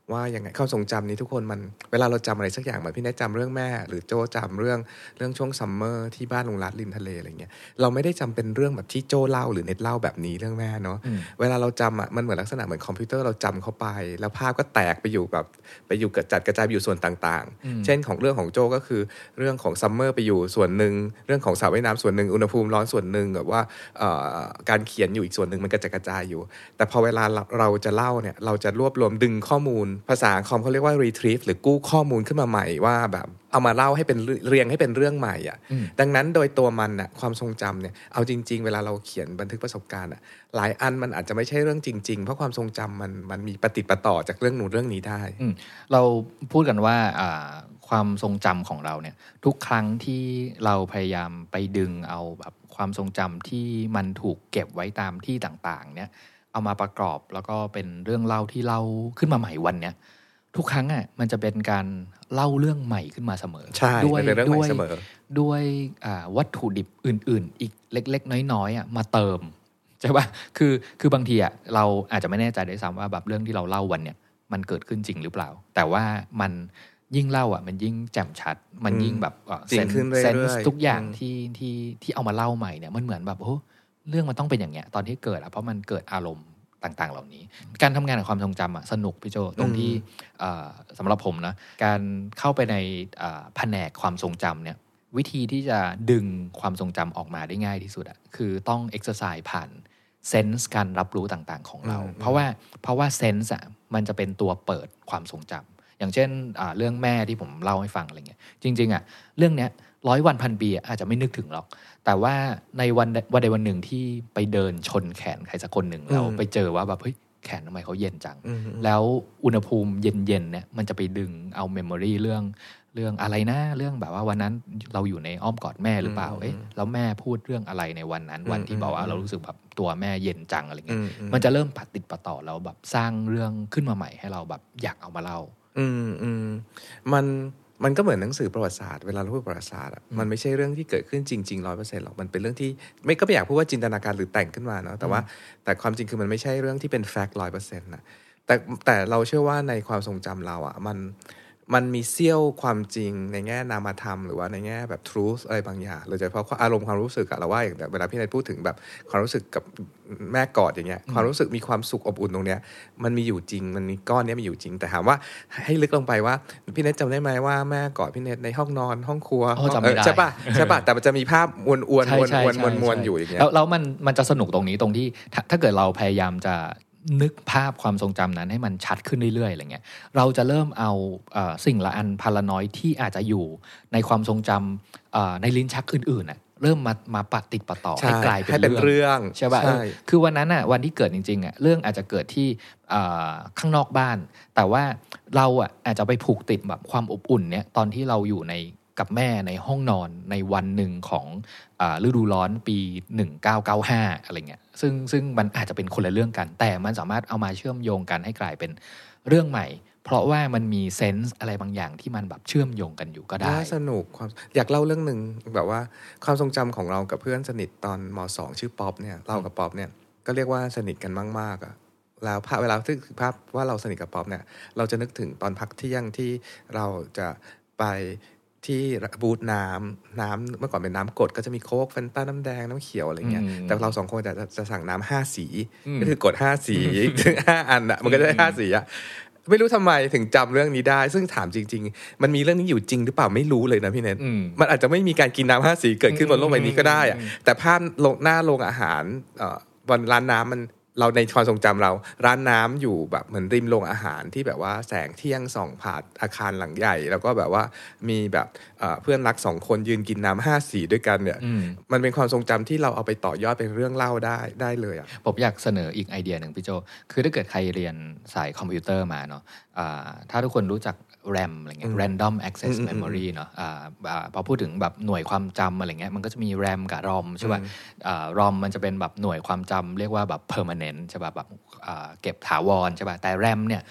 ว่ายังไงความทรงจำนี้ทุกคนมันเวลาเราจำอะไรสักอย่างเหมือนพี่แนทจำเรื่องแม่หรือโจจำเรื่องเรื่องช่วงซัมเมอร์ที่บ้านลุงรัฐริมทะเลอะไรเงี้ยเราไม่ได้จำเป็นเรื่องแบบที่โจเล่าหรือเน็ตเล่าแบบนี้เรื่องแม่เนาะเวลาเราจำอ่ะมันเหมือนลักษณะเหมือนคอมพิวเตอร์เราจำเข้าไปแล้วภาพก็แตกไปอยู่แบบไปอยู่กระจัดกระจายไปอยู่ส่วนต่างๆเช่นของเรื่องของโจก็คือเรื่องของซัมเมอร์ไปอยู่ส่วนหนึ่งเรื่องของสระว่ายน้ำส่วนหนึ่งอุณหภูมิร้อนส่วนหนึ่งแบบว่าการเขียนอยู่อีกส่วนหนึ่งมันกระจัดกระจายอยู่แต่พอเวลาเราจะเล่าเนี่ยเราจะรวบรวมดึงข้อมูลภาษาคอมเขาเรียกว่า retrieve หรือกู้ข้อมูลขึ้นมาใหม่ว่าแบบเอามาเล่าให้เป็นเรียงให้เป็นเรื่องใหม่อ่ะดังนั้นโดยตัวมันน่ะความทรงจำเนี่ยเอาจริงๆเวลาเราเขียนบันทึกประสบการณ์อ่ะหลายอันมันอาจจะไม่ใช่เรื่องจริงๆเพราะความทรงจำมันมันมีปฏิปต่อจากเรื่องนู้นเรื่องนี้ได้เราพูดกันว่าความทรงจำของเราเนี่ยทุกครั้งที่เราพยายามไปดึงเอาแบบความทรงจำที่มันถูกเก็บไว้ตามที่ต่างๆเนี่ยเอามาประกอบแล้วก็เป็นเรื่องเล่าที่เล่าขึ้นมาใหม่วันเนี้ยทุกครั้งอ่ะมันจะเป็นการเล่าเรื่องใหม่ขึ้นมาเสมอใช่ด้วยเป็นเรื่องใหม่เสมอด้วยวัตถุดิบอื่นๆอีกเล็กๆน้อยๆอ่ะมาเติมใช่ป่ะคือคือบางทีอ่ะเราอาจจะไม่แน่ใจด้วยซ้ำว่าแบบเรื่องที่เราเล่าวันเนี้ยมันเกิดขึ้นจริงหรือเปล่าแต่ว่ามันยิ่งเล่าอ่ะมันยิ่งแจ่มชัดมันยิ่งแบบเซนส์ทุกอย่างที่ที่ที่เอามาเล่าใหม่เนี่ยมันเหมือนแบบโอ้เรื่องมันต้องเป็นอย่างเงี้ยตอนที่เกิดอ่ะเพราะมันเกิดอารมณ์ต่างๆเหล่านี้การทำงานกับความทรงจำอ่ะสนุกพี่โจตรงที่สำหรับผมนะการเข้าไปในแผนกความทรงจำเนี่ยวิธีที่จะดึงความทรงจำออกมาได้ง่ายที่สุดอ่ะคือต้อง exercise ผ่านเซนส์การรับรู้ต่างๆของเราเพราะว่าเพราะว่าเซนส์อ่ะมันจะเป็นตัวเปิดความทรงจำอย่างเช่นเรื่องแม่ที่ผมเล่าให้ฟังอะไรเงี้ยจริงๆอ่ะเรื่องเนี้ยร้อยวันพันปีอาจจะไม่นึกถึงหรอกแต่ว่าในวันวันใดวันหนึ่งที่ไปเดินชนแขนใครสักคนหนึ่งแล้วไปเจอว่าแบบเฮ้ยแขนทำไมเขาเย็นจังแล้วอุณหภูมิเย็นๆเนี่ยมันจะไปดึงเอาเมมโมรีเรื่องเรื่องอะไรนะเรื่องแบบว่าวันนั้นเราอยู่ในอ้อมกอดแม่หรือเปล่าเอ๊ะแล้วแม่พูดเรื่องอะไรในวันนั้นวันที่บอกว่าเรารู้สึกแบบตัวแม่เย็นจังอะไรเงี้ยมันจะเริ่มปัดติดปะต่อเราแบบสร้างเรื่องขึ้นมาใหม่ให้เราแบบอยากเอามาเล่าอืมอืมมันมันก็เหมือนหนังสือประวัติศาสตร์เวลาเราพูดประวัติศาสตร์อ่ะมันไม่ใช่เรื่องที่เกิดขึ้นจริงๆ ร้อยเปอร์เซ็นต์ หรอกมันเป็นเรื่องที่ไม่ก็ไม่อยากพูดว่าจินตนาการหรือแต่งขึ้นมาเนาะแต่ว่าแต่ความจริงคือมันไม่ใช่เรื่องที่เป็นแฟกต์ ร้อยเปอร์เซ็นต์ นะแต่แต่เราเชื่อว่าในความทรงจำเราอ่ะมันมันมีเสี้ยวความจริงในแง่นามธรรมหรือว่าในแง่แบบ truth อะไรบางอย่างโดยเฉพาะอารมณ์ความรู้สึกอะเราว่าอย่างเวลาพี่นายพูดถึงแบบความรู้สึกกับแม่กอดอย่างเงี้ยความรู้สึกมีความสุขอบอุ่นตรงเนี้ยมันมีอยู่จริงมันมีก้อนเนี้ยมีอยู่จริงแต่ถามว่าให้ลึกลงไปว่าพี่เนทจำได้ไหมว่าแม่กอดพี่เนทในห้องนอนห้องครัวใช่ป่ะใช่ป่ะแต่มันจะมีภาพอวนๆวนๆวนๆอยู่อย่างเงี้ยแล้วแล้วมันมันจะสนุกตรงนี้ตรงที่ถ้าเกิดเราพยายามจะนึกภาพความทรงจำนั้นให้มันชัดขึ้นเรื่อยๆอะไรเงี้ยเราจะเริ่มเอาเอ่อสิ่งละอันพันละน้อยที่อาจจะอยู่ในความทรงจำเอ่อในลิ้นชักอื่นๆน่ะเริ่มมามาปะติดปะต่อให้กลายเป็นเรื่องใช่ป่ะคือวันนั้นอ่ะวันที่เกิดจริงๆอ่ะเรื่องอาจจะเกิดที่ข้างนอกบ้านแต่ว่าเราอ่ะอาจจะไปผูกติดแบบความอบอุ่นเนี่ยตอนที่เราอยู่ในกับแม่ในห้องนอนในวันหนึ่งของอ่าฤดูร้อนปีหนึ่งพันเก้าร้อยเก้าสิบห้าอะไรเงี้ยซึ่งซึ่งมันอาจจะเป็นคนละเรื่องกันแต่มันสามารถเอามาเชื่อมโยงกันให้กลายเป็นเรื่องใหม่เพราะว่ามันมีเซนส์อะไรบางอย่างที่มันแบบเชื่อมโยงกันอยู่ก็ได้น่าสนุกความอยากเล่าเรื่องนึงแบบว่าความทรงจำของเรากับเพื่อนสนิทตอนม.สอง ชื่อป๊อปเนี่ยเรากับป๊อปเนี่ยก็เรียกว่าสนิทกันมากๆอ่ะแล้วภาพเวลาที่ภาพว่าเราสนิทกับป๊อปเนี่ยเราจะนึกถึงตอนพักเที่ยงที่เราจะไปที่บูธน้ำน้ำเมื่อก่อนเป็นน้ำกรดก็จะมีโค้กแฟนต้าน้ำแดงน้ำเขียวอะไรเงี้ยแต่เราสองคนจะจะสั่งน้ำห้าสีก็คือกดห้าสีถึงห้าอันอ่ะมันก็ได้ห้าสีอ่ะไม่รู้ทำไมถึงจำเรื่องนี้ได้ซึ่งถามจริงๆมันมีเรื่องนี้อยู่จริงหรือเปล่าไม่รู้เลยนะพี่เนทมันอาจจะไม่มีการกินน้ำห้าสีเกิดขึ้นบนโลกใบนี้ก็ได้อะแต่ภาพหน้าโรงอาหารบนร้านน้ำมันเราในความทรงจำเราร้านน้ำอยู่แบบเหมือนริมโรงอาหารที่แบบว่าแสงเที่ยงส่องผ่านอาคารหลังใหญ่แล้วก็แบบว่ามีแบบเพื่อนรักสองคนยืนกินน้ำห้าสีด้วยกันเนี่ยมันเป็นความทรงจำที่เราเอาไปต่อยอดเป็นเรื่องเล่าได้ได้เลยอ่ะผมอยากเสนออีกไอเดียหนึ่งพี่โจคือถ้าเกิดใครเรียนสายคอมพิวเตอร์มาเนาะถ้าทุกคนรู้จัก แรม อะไรเงี้ย Random Access Memory เนาะอ่าพอพูดถึงแบบหน่วยความจำอะไรเงี้ยมันก็จะมี แรม กับ รอม ใช่ป่ะอ่า รอม มันจะเป็นแบบหน่วยความจำเรียกว่าแบบ permanent ใช่ป่ะแบบอ่าเก็บถาวรใช่ป่ะแต่ แรม เนี่ย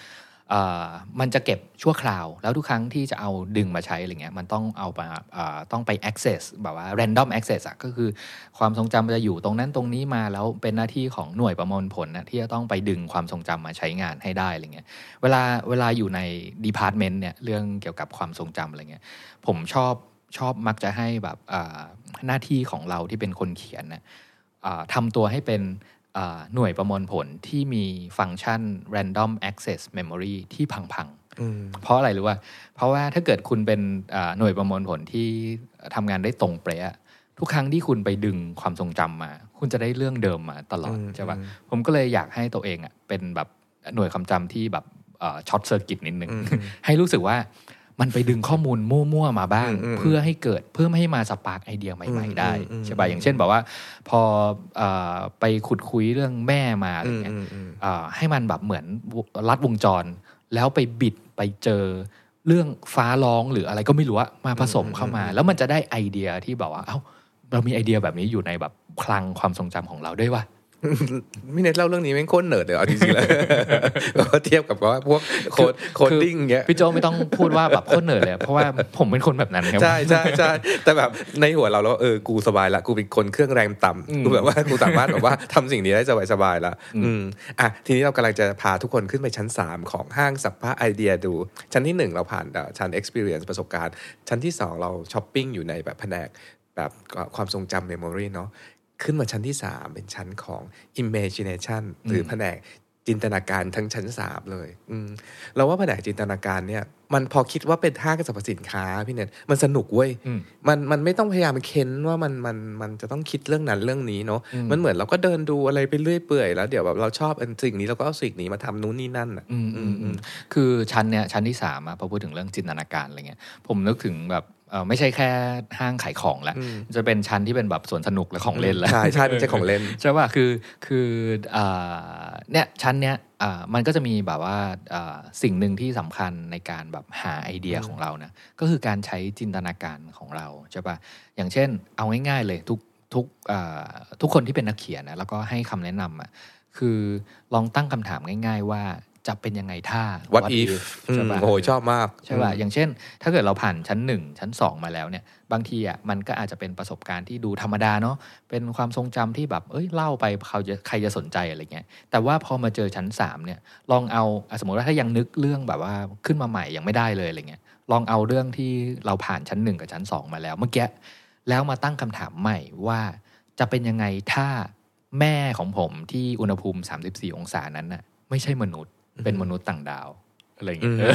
มันจะเก็บชั่วคราวแล้วทุกครั้งที่จะเอาดึงมาใช้อะไรเงี้ยมันต้องเอามาต้องไป access แบบว่า random access อ่ะก็คือความทรงจำจะอยู่ตรงนั้นตรงนี้มาแล้วเป็นหน้าที่ของหน่วยประมวลผลนะที่จะต้องไปดึงความทรงจำมาใช้งานให้ได้อะไรเงี้ยเวลาเวลาอยู่ใน department เนี่ยเรื่องเกี่ยวกับความทรงจำอะไรเงี้ยผมชอบชอบมักจะให้แบบหน้าที่ของเราที่เป็นคนเขียนนะทำตัวให้เป็นหน่วยประมวลผลที่มีฟังก์ชัน random access memory ที่พังๆเพราะอะไรรู้ว่าเพราะว่าถ้าเกิดคุณเป็นหน่วยประมวลผลที่ทำงานได้ตรงเป๊ะทุกครั้งที่คุณไปดึงความทรงจำมาคุณจะได้เรื่องเดิมมาตลอดใช่ป่ะผมก็เลยอยากให้ตัวเองอ่ะเป็นแบบหน่วยความจำที่แบบช็อตเซอร์กิตนิดนึงให้รู้สึกว่ามันไปดึงข้อมูลมั่วๆมาบ้างเพื่อให้เกิดเพื่อให้มาสปาร์กไอเดียใหม่ๆได้ใช่ป่ะอย่างเช่นแบบว่าพอไปขุดคุยเรื่องแม่มาอะไรเงี้ยให้มันแบบเหมือนลัดวงจรแล้วไปบิดไปเจอเรื่องฟ้าร้องหรืออะไรก็ไม่รู้มาผสมเข้ามาแล้วมันจะได้ไอเดียที่แบบว่าเอ้าเรามีไอเดียแบบนี้อยู่ในแบบคลังความทรงจำของเราด้วยว่ะไม่เน็ตเล่าเรื่องนี้แม่งโคตรเนิร์ดเลยเอาจริงๆแล้วก็เทียบกับว่าพวกโค้ดโคดดิ้งเงี้ยพี่โจไม่ต้องพูดว่าแบบโคตรเนิร์ดเลยเพราะว่าผมเป็นคนแบบนั้นครับใช่ใช่ใช่แต่แบบในหัวเราแล้วเออกูสบายละกูเป็นคนเครื่องแรงต่ำกูแบบว่ากูสามารถแบบว่าทำสิ่งนี้ได้สบายๆละอืมอ่ะทีนี้เรากำลังจะพาทุกคนขึ้นไปชั้นสามของห้างสรรพไอเดียดูชั้นที่หนึ่งเราผ่านชั้น experience ประสบการณ์ชั้นที่สองเราช้อปปิ้งอยู่ในแบบแผนกแบบความทรงจำ memory เนาะขึ้นมาชั้นที่สามเป็นชั้นของ imagination หรือแผนกจินตนาการทั้งชั้นสามเลยอืมเราว่าแผนกจินตนาการเนี่ยมันพอคิดว่าเป็นห้างสรรพสินค้าพี่เนตมันสนุกเว้ยมันมันไม่ต้องพยายามเค้นว่ามันมันมันจะต้องคิดเรื่องนั้นเรื่องนี้เนาะมันเหมือนเราก็เดินดูอะไรไปเรื่อยเปื่อยแล้วเดี๋ยวแบบเราชอบอันสิ่งนี้เราก็เอาสิ่งนี้มาทำนู้นนี่นั่นอ่ะคือชั้นเนี่ยชั้นที่สามอะพอพูดถึงเรื่องจินตนาการอะไรเงี้ยผมนึกถึงแบบเออไม่ใช่แค่ห้างขายของแล้วจะเป็นชั้นที่เป็นแบบสวนสนุกและของเล่นแล้วใช่ใช่เป็นใช่ของเล่นใช่ป่ะคือคือเนี่ยชั้นเนี้ยมันก็จะมีแบบว่าสิ่งหนึ่งที่สำคัญในการแบบหาไอเดียของเรานะก็คือการใช้จินตนาการของเราใช่ป่ะอย่างเช่นเอาง่ายๆเลยทุกทุกทุกคนที่เป็นนักเขียนนะแล้วก็ให้คำแนะนำอ่ะคือลองตั้งคำถามง่ายๆว่าจะเป็นยังไงถ้า what if ใช่ป่ะโอ้ชอบมากใช่ป่ะอย่างเช่นถ้าเกิดเราผ่านชั้นหนึ่งชั้นสองมาแล้วเนี่ยบางทีอ่ะมันก็อาจจะเป็นประสบการณ์ที่ดูธรรมดาเนาะเป็นความทรงจำที่แบบเอ้ยเล่าไปเขาจะใครจะสนใจอะไรเงี้ยแต่ว่าพอมาเจอชั้นสามเนี่ยลองเอาสมมติว่าถ้ายังนึกเรื่องแบบว่าขึ้นมาใหม่ยังไม่ได้เลยอะไรเงี้ยลองเอาเรื่องที่เราผ่านชั้นหนึ่งกับชั้นสองมาแล้วเมื่อกี้แล้วมาตั้งคำถามใหม่ว่าจะเป็นยังไงถ้าแม่ของผมที่อุณหภูมิสามสิบสี่องศานั้นน่ะไม่ใช่มนุษย์เป็นมนุษย์ต่างดาวอะไรอย่างเงี้ย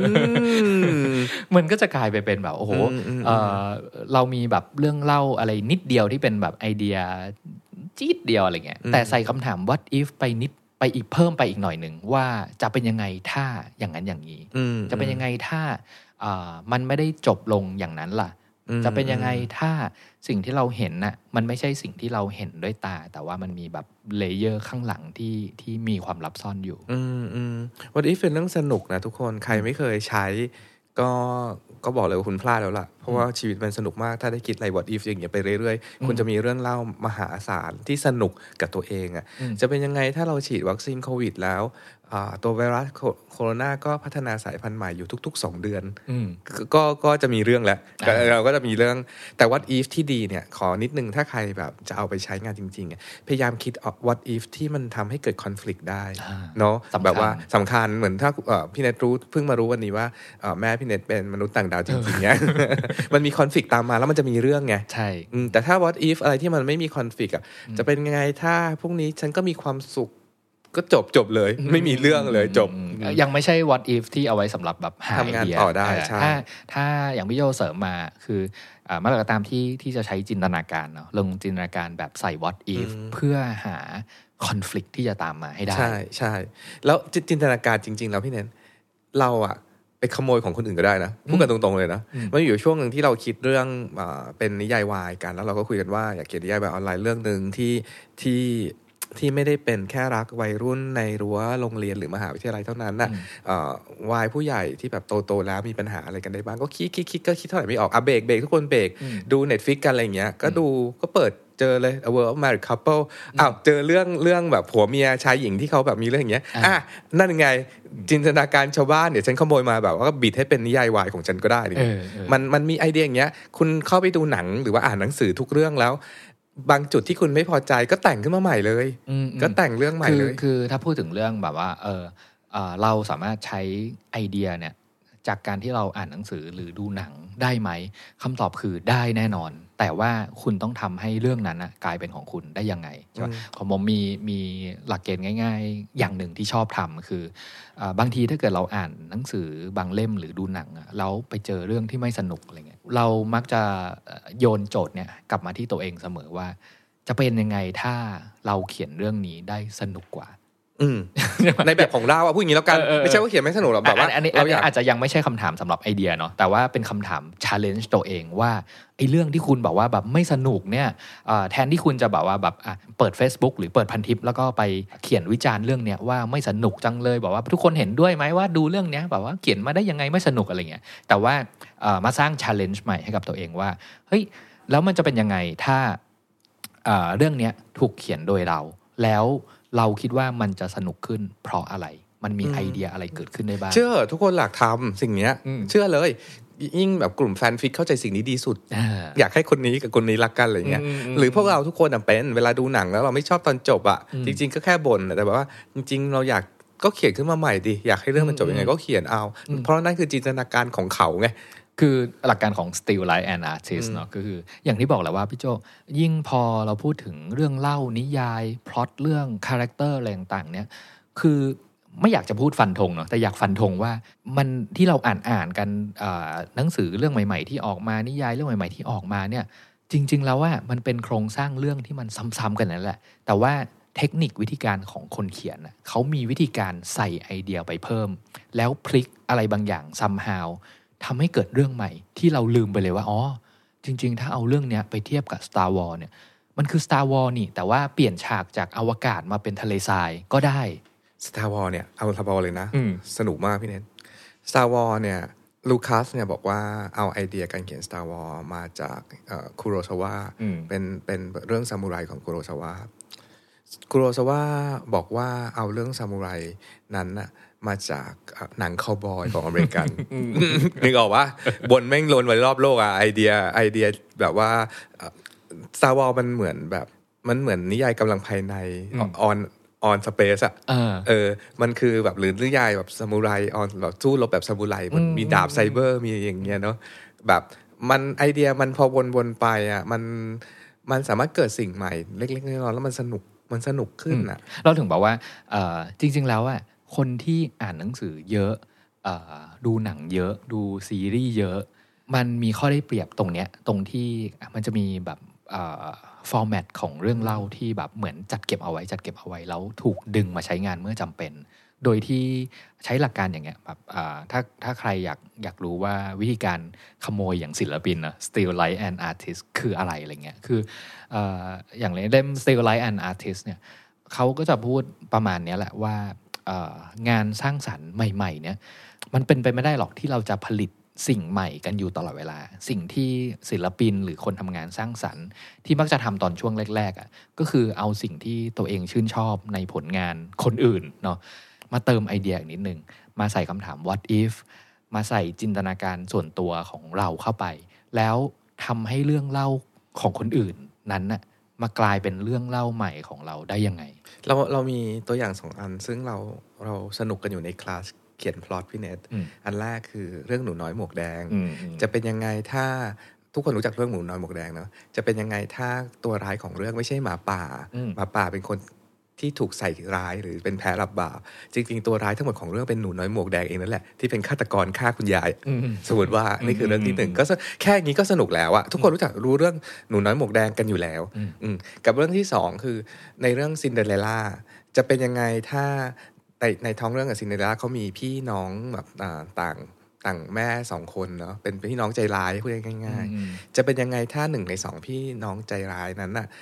มันก็จะกลายไปเป็นแบบโอ้โหเอ่อเรามีแบบเรื่องเล่าอะไรนิดเดียวที่เป็นแบบไอเดียจี๊ดเดียวอะไรเงี้ยแต่ใส่คำถาม what if ไปนิดไปอีกเพิ่มไปอีกหน่อยหนึ่งว่าจะเป็นยังไงถ้าอย่างนั้นอย่างนี้จะเป็นยังไงถ้ามันไม่ได้จบลงอย่างนั้นล่ะจะเป็นยังไงถ้าสิ่งที่เราเห็นน่ะมันไม่ใช่สิ่งที่เราเห็นด้วยตาแต่ว่ามันมีแบบเลเยอร์ข้างหลังที่ที่มีความลับซ่อนอยู่อืมอืม What if เป็นเรื่องสนุกนะทุกคนใครไม่เคยใช้ก็ก็บอกเลยว่าคุณพลาดแล้วล่ะเพราะว่าชีวิตมันสนุกมากถ้าได้คิดอะไร What if อย่างเงี้ยไปเรื่อยๆคุณจะมีเรื่องเล่ามหาศาลที่สนุกกับตัวเองอ่ะจะเป็นยังไงถ้าเราฉีดวัคซีนโควิดแล้วตัวไวรัสโคโรนาก็พัฒนาสายพันธุ์ใหม่อยู่ทุกๆสองเดือนก็ก็จะมีเรื่องแล้วเราก็จะมีเรื่องแต่ what if ที่ดีเนี่ยขอนิดนึงถ้าใครแบบจะเอาไปใช้งานจริงๆพยายามคิด what if ที่มันทำให้เกิด conflict ได้เนาะแบบว่าสำคัญเหมือนถ้าพี่เนทรู้เพิ่งมารู้วันนี้ว่าแม่พี่เนทเป็นมนุษย์ต่างดาวจริงๆเนี่ยมันมี conflict ตามมาแล้วมันจะมีเรื่องไงใช่แต่ถ้า what if อะไรที่มันไม่มี conflict อ่ะจะเป็นไงถ้าพรุ่งนี้ฉันก็มีความสุขก็จบจบเลยไม่มีเรื่องเลยจบยังไม่ใช่ what if ที่เอาไว้สำหรับแบบหาไอเดียต่อได้ถ้าถ้าอย่างพี่โยเสริมมาคือเมื่อไหร่ก็ตามที่ที่จะใช้จินตนาการเนาะลงจินตนาการแบบใส่ what if เพื่อหา conflict ที่จะตามมาให้ได้ใช่ใช่แล้วจินตนาการจริงๆแล้วพี่เน้นเราอะไปขโมยของคนอื่นก็ได้นะพูดกันตรงๆเลยนะมันอยู่ช่วงหนึ่งที่เราคิดเรื่องเป็นนิยายวายกันแล้วเราก็คุยกันว่าอยากเขียนนิยายวายออนไลน์เรื่องนึงที่ที่ที่ไม่ได้เป็นแค่รักวัยรุ่นในรั้วโรงเรียนหรือมหาวิทยาลัยเท่านั้นน่ะวายผู้ใหญ่ที่แบบโตๆแล้วมีปัญหาอะไรกันได้บ้างก็คิดคิดคิดก็คิดเท่าไหร่ไม่ออกอ่ะเบรกเบรกทุกคนเบรกดู Netflix กันอะไรอย่างเงี้ยก็ดูก็เปิดเจอเลย A World of Married Couple อ้าวเจอเรื่องเรื่องแบบผัวเมียชายหญิงที่เขาแบบมีเรื่องอย่างเงี้ยอ่ะนั่นไงจินตนาการชาวบ้านเดี๋ยวฉันขโมยมาแบบว่าบิดให้เป็นนิยายวายของฉันก็ได้ดิมันมันมีไอเดียอย่างเงี้ยคุณเข้าไปดูหนังหรือว่าอ่านหนังสือทุกเรื่องแล้วบางจุดที่คุณไม่พอใจก็แต่งขึ้นมาใหม่เลยก็แต่งเรื่องใหม่เลยคือถ้าพูดถึงเรื่องแบบว่าเออเออเราสามารถใช้ไอเดียเนี่ยจากการที่เราอ่านหนังสือหรือดูหนังได้ไหมคำตอบคือได้แน่นอนแต่ว่าคุณต้องทำให้เรื่องนั้นนะกลายเป็นของคุณได้ยังไงใช่ไหมของผมมีมีหลักเกณฑ์ง่ายๆอย่างหนึ่งที่ชอบทำคือบางทีถ้าเกิดเราอ่านหนังสือบางเล่มหรือดูหนังแล้วไปเจอเรื่องที่ไม่สนุกอะไรเงี้ยเรามักจะโยนโจทย์เนี่ยกลับมาที่ตัวเองเสมอว่าจะเป็นยังไงถ้าเราเขียนเรื่องนี้ได้สนุกกว่าในแบบของเราอะพูดอย่างนี้แล้วกันไม่ใช่ว่าเขียนไม่สนุกหรอกแบบว่าอันนี้อาจจะยังไม่ใช่คำถามสำหรับไอเดียเนาะแต่ว่าเป็นคำถาม challenge ตัวเองว่าไอ้เรื่องที่คุณบอกว่าแบบไม่สนุกเนี่ยแทนที่คุณจะแบบว่าแบบเปิด Facebook หรือเปิดพันทิปแล้วก็ไปเขียนวิจารณ์เรื่องเนี้ยว่าไม่สนุกจังเลยบอกว่าทุกคนเห็นด้วยไหมว่าดูเรื่องเนี้ยแบบว่าเขียนมาได้ยังไงไม่สนุกอะไรเงี้ยแต่ว่ามาสร้าง challenge ใหม่ให้กับตัวเองว่าเฮ้ยแล้วมันจะเป็นยังไงถ้าเรื่องเนี้ยถูกเขียนโดยเราแล้วเราคิดว่ามันจะสนุกขึ้นเพราะอะไรมันมีไอเดียอะไรเกิดขึ้นได้บ้างเชื่อทุกคนอยากทำสิ่งนี้เชื่อเลยยิ่งแบบกลุ่มแฟนฟิกเข้าใจสิ่งนี้ดีสุด อ, อยากให้คนนี้กับคนนี้รักกันอะไรเงี้ยหรือพวกเราทุกคนเป็นเวลาดูหนังแล้วเราไม่ชอบตอนจบอ่ะจริงๆก็แค่บ่นแต่แบบว่าจริงๆเราอยากก็เขียนขึ้นมาใหม่ดิอยากให้เรื่องมันจบยังไงก็เขียนเอาเพราะนั่นคือจินตนาการของเขาไงคือหลักการของ Still Life and Artist เนาะก็คืออย่างที่บอกแหละว่าพี่โจยิ่งพอเราพูดถึงเรื่องเล่านิยายพล็อตเรื่องคาแรคเตอร์อะไรต่างๆเนี่ยคือไม่อยากจะพูดฟันธงเนาะแต่อยากฟันธงว่ามันที่เราอ่านอ่านกันหนังสือเรื่องใหม่ๆที่ออกมานิยายเรื่องใหม่ๆที่ออกมาเนี่ยจริงๆแล้วว่ามันเป็นโครงสร้างเรื่องที่มันซ้ำๆกันนั่นแหละแต่ว่าเทคนิควิธีการของคนเขียนนะเขามีวิธีการใส่ไอเดียไปเพิ่มแล้วพลิกอะไรบางอย่าง somehowทำให้เกิดเรื่องใหม่ที่เราลืมไปเลยว่าอ๋อจริงๆถ้าเอาเรื่องเนี้ยไปเทียบกับ Star Wars เนี่ยมันคือ Star Wars นี่แต่ว่าเปลี่ยนฉากจากอวกาศมาเป็นทะเลทรายก็ได้ Star Wars เนี่ยเอา Star Wars เลยนะสนุกมากพี่เนท Star Wars เนี่ยลูคัสเนี่ยบอกว่าเอาไอเดียการเขียน Star Wars มาจากคุโรซาวะเป็นเป็นเรื่องซามูไรของคุโรซาวะคุโรซาวะบอกว่าเอาเรื่องซามูไรนั้นน่ะมาจากหนังคาวบอยของอเมริกันนึกออกว่าบนแม่งลนไปรอบโลกอะไอเดียไอเดียแบบว่า Star Wars มันเหมือนแบบมันเหมือนนิยายกำลังภายในออนออนสเปซอะเออมันคือแบบหรือนิยายแบบซามูไรออนแบบสู้รบแบบซามูไรมันมีดาบไซเบอร์มีอย่างเงี้ยเนาะแบบมันไอเดียมันพอวนๆไปอะมันมันสามารถเกิดสิ่งใหม่เล็กๆน้อยๆแล้วมันสนุกมันสนุกขึ้นอะเราถึงบอกว่าจริงๆแล้วอะคนที่อ่านหนังสือเยอะดูหนังเยอะดูซีรีส์เยอะมันมีข้อได้เปรียบตรงเนี้ยตรงที่มันจะมีแบบฟอร์แมตของเรื่องเล่าที่แบบเหมือนจัดเก็บเอาไว้จัดเก็บเอาไว้แล้วถูกดึงมาใช้งานเมื่อจำเป็นโดยที่ใช้หลักการอย่างเงี้ยแบบถ้าถ้าใครอยากอยากรู้ว่าวิธีการขโมยอย่างศิลปินนะ Still Life and Artist คืออะไรอะไรเงี้ยคือออย่างเล่ม Still Life and Artist เนี่ยเขาก็จะพูดประมาณนี้แหละว่างานสร้างสรรค์ใหม่ๆเนี่ยมันเป็นไปไม่ได้หรอกที่เราจะผลิตสิ่งใหม่กันอยู่ตลอดเวลาสิ่งที่ศิลปินหรือคนทำงานสร้างสรรค์ที่มักจะทำตอนช่วงแรกๆอ่ะก็คือเอาสิ่งที่ตัวเองชื่นชอบในผลงานคนอื่นเนาะมาเติมไอเดียอีกนิดนึงมาใส่คำถาม what if มาใส่จินตนาการส่วนตัวของเราเข้าไปแล้วทำให้เรื่องเล่าของคนอื่นนั้นน่ะมากลายเป็นเรื่องเล่าใหม่ของเราได้ยังไงเราเรามีตัวอย่างสองอันซึ่งเราเราสนุกกันอยู่ในคลาสเขียนพล็อตพี่เนทอันแรกคือเรื่องหนูน้อยหมวกแดงจะเป็นยังไงถ้าทุกคนรู้จักเรื่องหนูน้อยหมวกแดงเนาะจะเป็นยังไงถ้าตัวร้ายของเรื่องไม่ใช่หมาป่าหมาป่าเป็นคนที่ถูกใส่ร้ายหรือเป็นแพ้รับบาปจริงๆตัวร้ายทั้งหมดของเรื่องเป็นหนูน้อยหมวกแดงเองนั่นแหละที่เป็นฆาตกรฆ่าคุณยายสมมติว่านี่คือเรื่องที่หนึ่งก็แค่นี้ก็สนุกแล้วอะทุกคนรู้จักรู้เรื่องหนูน้อยหมวกแดงกันอยู่แล้วกับเรื่องที่สองคือในเรื่องซินเดอเรลล่าจะเป็นยังไงถ้าในในท้องเรื่องกับซินเดอเรลล่าเขามีพี่น้องแบบต่างต่างแม่สองคนเนาะเป็นพี่น้องใจร้ายพูดง่ายๆจะเป็นยังไงถ้าหนึ่งในสองพี่น้องใจร้ายนั้นน่ะ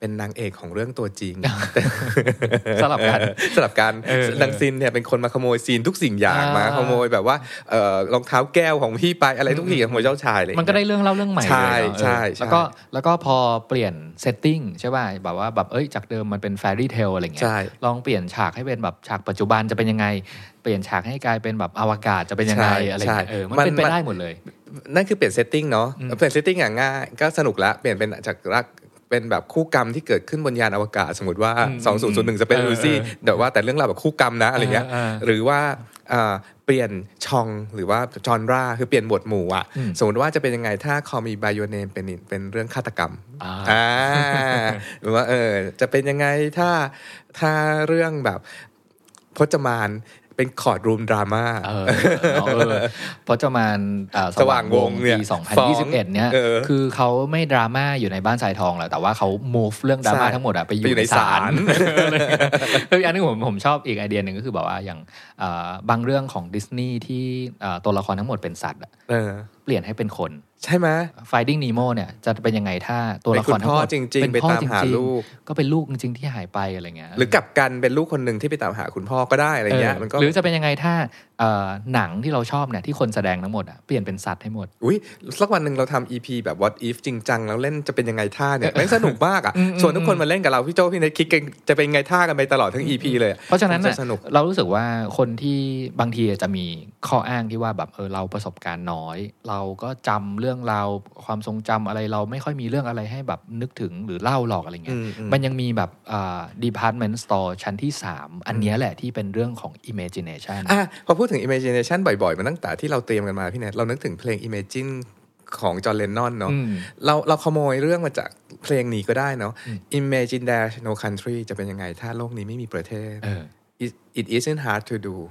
เป็นนางเอกของเรื่องตัวจริงสลับกันสลับกันดังซินเนี่ยเป็นคนมาขโมยซีนทุกสิ่งอย่างมาขโมยแบบว่าเอ่อรองเท้าแก้วของพี่ไปอะไรทุกอย่างขโมยเจ้าชายเลยมันก็ได้เรื่องเล่าเรื่องใหม่เลยใช่ใช่แล้วก็แล้วก็พอเปลี่ยนเซตติ้งใช่ป่ะแบบว่าแบบเอ้ยจากเดิมมันเป็นแฟรี่เทลอะไรเงี้ยลองเปลี่ยนฉากให้เป็นแบบฉากปัจจุบันจะเป็นยังไงเปลี่ยนฉากให้กลายเป็นแบบอวกาศจะเป็นยังไงอะไรเงี้ยเออมันเป็นไปได้หมดเลยนั่นคือเปลี่ยนเซตติ้งเนาะเปลี่ยนเซตติ้งอย่างง่ายก็สนุกละเปลี่ยนเป็นจากรักเป็นแบบคู่กรรมที่เกิดขึ้นบนยานอวกาศสมมติว่าสองพันหนึ่งจะเป็นลูซี่แต่ว่าแต่เรื่องราวแบบคู่กรรมนะอะไรเงี้ยหรือว่าเปลี่ยนช่องหรือว่าจอนราคือเปลี่ยนบทหมู่อ่ะสมมติว่าจะเป็นยังไงถ้าคอมีไบโอเนมเป็นเป็นเรื่องฆาตกรรมอ่าหรือว่าเออจะเป็นยังไงถ้าถ้าเรื่องแบบพจมานเป็นคอร์ดรูมดราม่าเพราะจะมาสว่างวงปีสองพันยี่สิบเอ็ดเนี่ยคือเขาไม่ดราม่าอยู่ในบ้านทรายทองแหละแต่ว่าเขา move เรื่องดราม่าทั้งหมดอะไปอยู่ในศาลคืออันนี้ผมผมชอบอีกไอเดียหนึ่งก็คือแบบว่าอย่างบางเรื่องของดิสนีย์ที่ตัวละครทั้งหมดเป็นสัตว์เปลี่ยนให้เป็นคนใช่ไหม Finding Nemo เนี่ยจะเป็นยังไงถ้าตัวละครทั้งหมดเป็นพ่อจริงๆไปตามหาลูกก็เป็นลูกจริงๆที่หายไปอะไรเงี้ยหรือกลับกันเป็นลูกคนหนึ่งที่ไปตามหาคุณพ่อก็ได้อะไรเงี้ยมันก็หรือจะเป็นยังไงถ้าหนังที่เราชอบเนี่ยที่คนแสดงทั้งหมดอ่ะเปลี่ยนเป็นสัตว์ให้หมดอุ้ยสักวันหนึ่งเราทำ อี พี แบบ what if จริงจังแล้วเล่นจะเป็นยังไงท่าเนี่ยแม่งสนุกมากอ่ะส่วนทุกคนมาเล่นกับเราพี่โจพี่เนทคิดกันจะเป็นยังไงท่ากันไปตลอดทั้ง อี พี เลยเพราะฉะนั้นเรารู้สึกว่าคนที่บางทีจะมีข้ออ้างที่ว่าแบบเออเราประสบการณ์น้อยเราก็จำเรื่องราวความทรงจำอะไรเราไม่ค่อยมีเรื่องอะไรให้แบบนึกถึงหรือเล่าหรอกอะไรเงี้ยมันยังมีแบบอ่า department store ชั้นที่สามอันนี้แหละที่เป็นเรื่องของ imagination อ่ะพอพูดถึง imagination บ่อยๆมาตั้งแต่ที่เราเตรียมกันมาพี่เนทเรานึกถึงเพลง Imagine ของจอห์นเลนนอนเนาะเราเราขโมยเรื่องมาจากเพลงนี้ก็ได้เนาะ Imagine there's no country จะเป็นยังไงถ้าโลกนี้ไม่มีประเทศ it, it isn't hard to do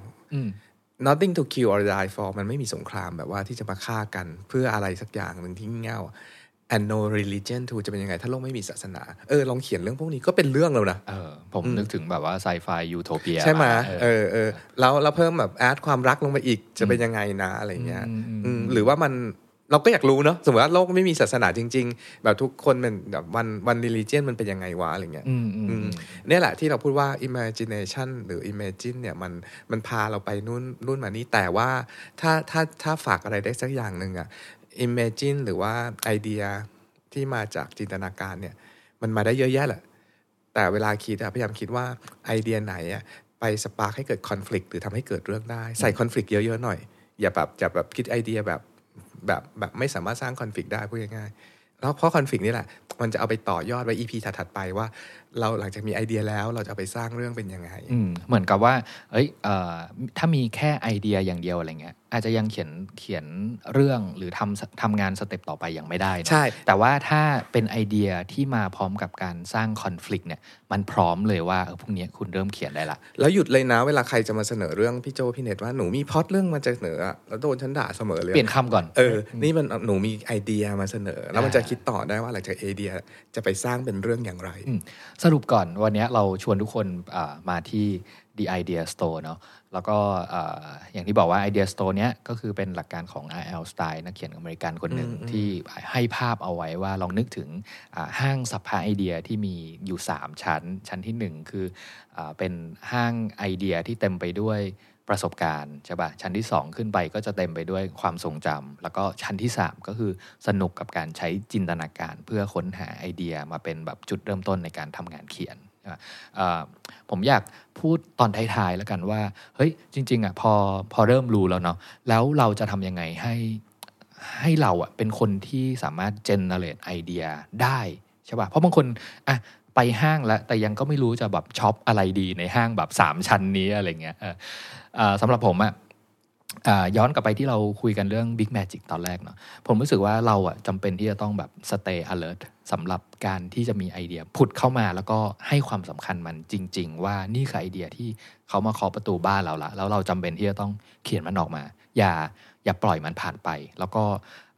nothing to kill or die for มันไม่มีสงครามแบบว่าที่จะมาฆ่ากันเพื่ออะไรสักอย่างหนึ่งที่เง่า and no religion to จะเป็นยังไงถ้าโลกไม่มีศาสนาเออลองเขียนเรื่องพวกนี้ก็เป็นเรื่องแล้วนะเออผมนึกถึงแบบว่าไซไฟยูโทเปียใช่ไหมเออเออแล้วเราเพิ่มแบบแอดความรักลงไปอีกจะเป็นยังไงนะอะไรเงี้ยหรือว่ามันเราก็อยากรู้เนาะสมมติว่าโลกไม่มีศาสนาจริงๆแบบทุกคนเป็นแบบวันวัน religion มันเป็นยังไงวะอะไรเงี้ยเนี่ยแหละที่เราพูดว่า imagination หรือ imagine เนี่ยมันมันพาเราไปนู่นนู่นมานี่แต่ว่าถ้าถ้าถ้าฝากอะไรได้สักอย่างหนึ่งอะ imagine หรือว่าไอเดียที่มาจากจินตนาการเนี่ยมันมาได้เยอะแยะแหละแต่เวลาคิดอะพยายามคิดว่าไอเดียไหนอะไปสปาร์คให้เกิดคอนฟลิกต์หรือทำให้เกิดเรื่องได้ใส่คอนฟลิกต์เยอะๆหน่อยอย่าแบบจะแบบคิดไอเดียแบบแบบแบบไม่สามารถสร้างคอนฟลิกต์ได้พูดง่ายๆแล้วเพราะคอนฟลิกต์นี่แหละมันจะเอาไปต่อยอดไว้ อี พี ถัดๆไปว่าเราหลังจากมีไอเดียแล้วเราจะเอาไปสร้างเรื่องเป็นยังไงเหมือนกับว่าเอ้ยเอ่อถ้ามีแค่ไอเดียอย่างเดียวอะไรเงี้ยอาจจะยังเขียนเขียนเรื่องหรือทำทำงานสเต็ปต่อไปยังไม่ได้ใช่แต่ว่าถ้าเป็นไอเดียที่มาพร้อมกับการสร้างคอนฟลิกต์เนี่ยมันพร้อมเลยว่าเออพวกนี้คุณเริ่มเขียนได้ละแล้วหยุดเลยนะเวลาใครจะมาเสนอเรื่องพี่โจพี่เนทว่าหนูมีพล็อตเรื่องมาจะเสนอแล้วโดนฉันด่าเสมอเลยเปลี่ยนคำก่อนเออนี่มันหนูมีไอเดียมาเสนอแล้วมันจะคิดต่อได้ว่าหลังจากไอเดียจะไปสร้างเป็นเรื่องอย่างไรสรุปก่อนวันนี้เราชวนทุกคนมาที่ The Idea Store เนาะแล้วก็อย่างที่บอกว่า Idea Store เนี้ยก็คือเป็นหลักการของ อาร์ แอล Style นักเขียนอเมริกันคนหนึ่งที่ให้ภาพเอาไว้ว่าลองนึกถึงห้างสรรพาไอเดียที่มีอยู่สามชั้นชั้นที่หนึ่งคือเป็นห้างไอเดียที่เต็มไปด้วยประสบการณ์ใช่ป่ะชั้นที่สองขึ้นไปก็จะเต็มไปด้วยความทรงจำแล้วก็ชั้นที่สามก็คือสนุกกับการใช้จินตนาการเพื่อค้นหาไอเดียมาเป็นแบบจุดเริ่มต้นในการทำงานเขียนผมอยากพูดตอนท้ายๆแล้วกันว่าเฮ้ยจริงๆอ่ะพอพอเริ่มรู้แล้วเนาะแล้วเราจะทำยังไงให้ให้เราอ่ะเป็นคนที่สามารถเจเนเรตไอเดียได้ใช่ป่ะเพราะบางคนอ่ะไปห้างแล้วแต่ยังก็ไม่รู้จะแบบช็อปอะไรดีในห้างแบบสามชั้นนี้อะไรเงี้ยสำหรับผมอ่ะย้อนกลับไปที่เราคุยกันเรื่อง Big Magic ตอนแรกเนาะผมรู้สึกว่าเราอ่ะจำเป็นที่จะต้องแบบ stay alert สำหรับการที่จะมีไอเดียผุดเข้ามาแล้วก็ให้ความสำคัญมันจริงๆว่านี่คือไอเดียที่เขามาเคาะประตูบ้านเราละแล้วเราจำเป็นที่จะต้องเขียนมันออกมาอย่าอย่าปล่อยมันผ่านไปแล้วก็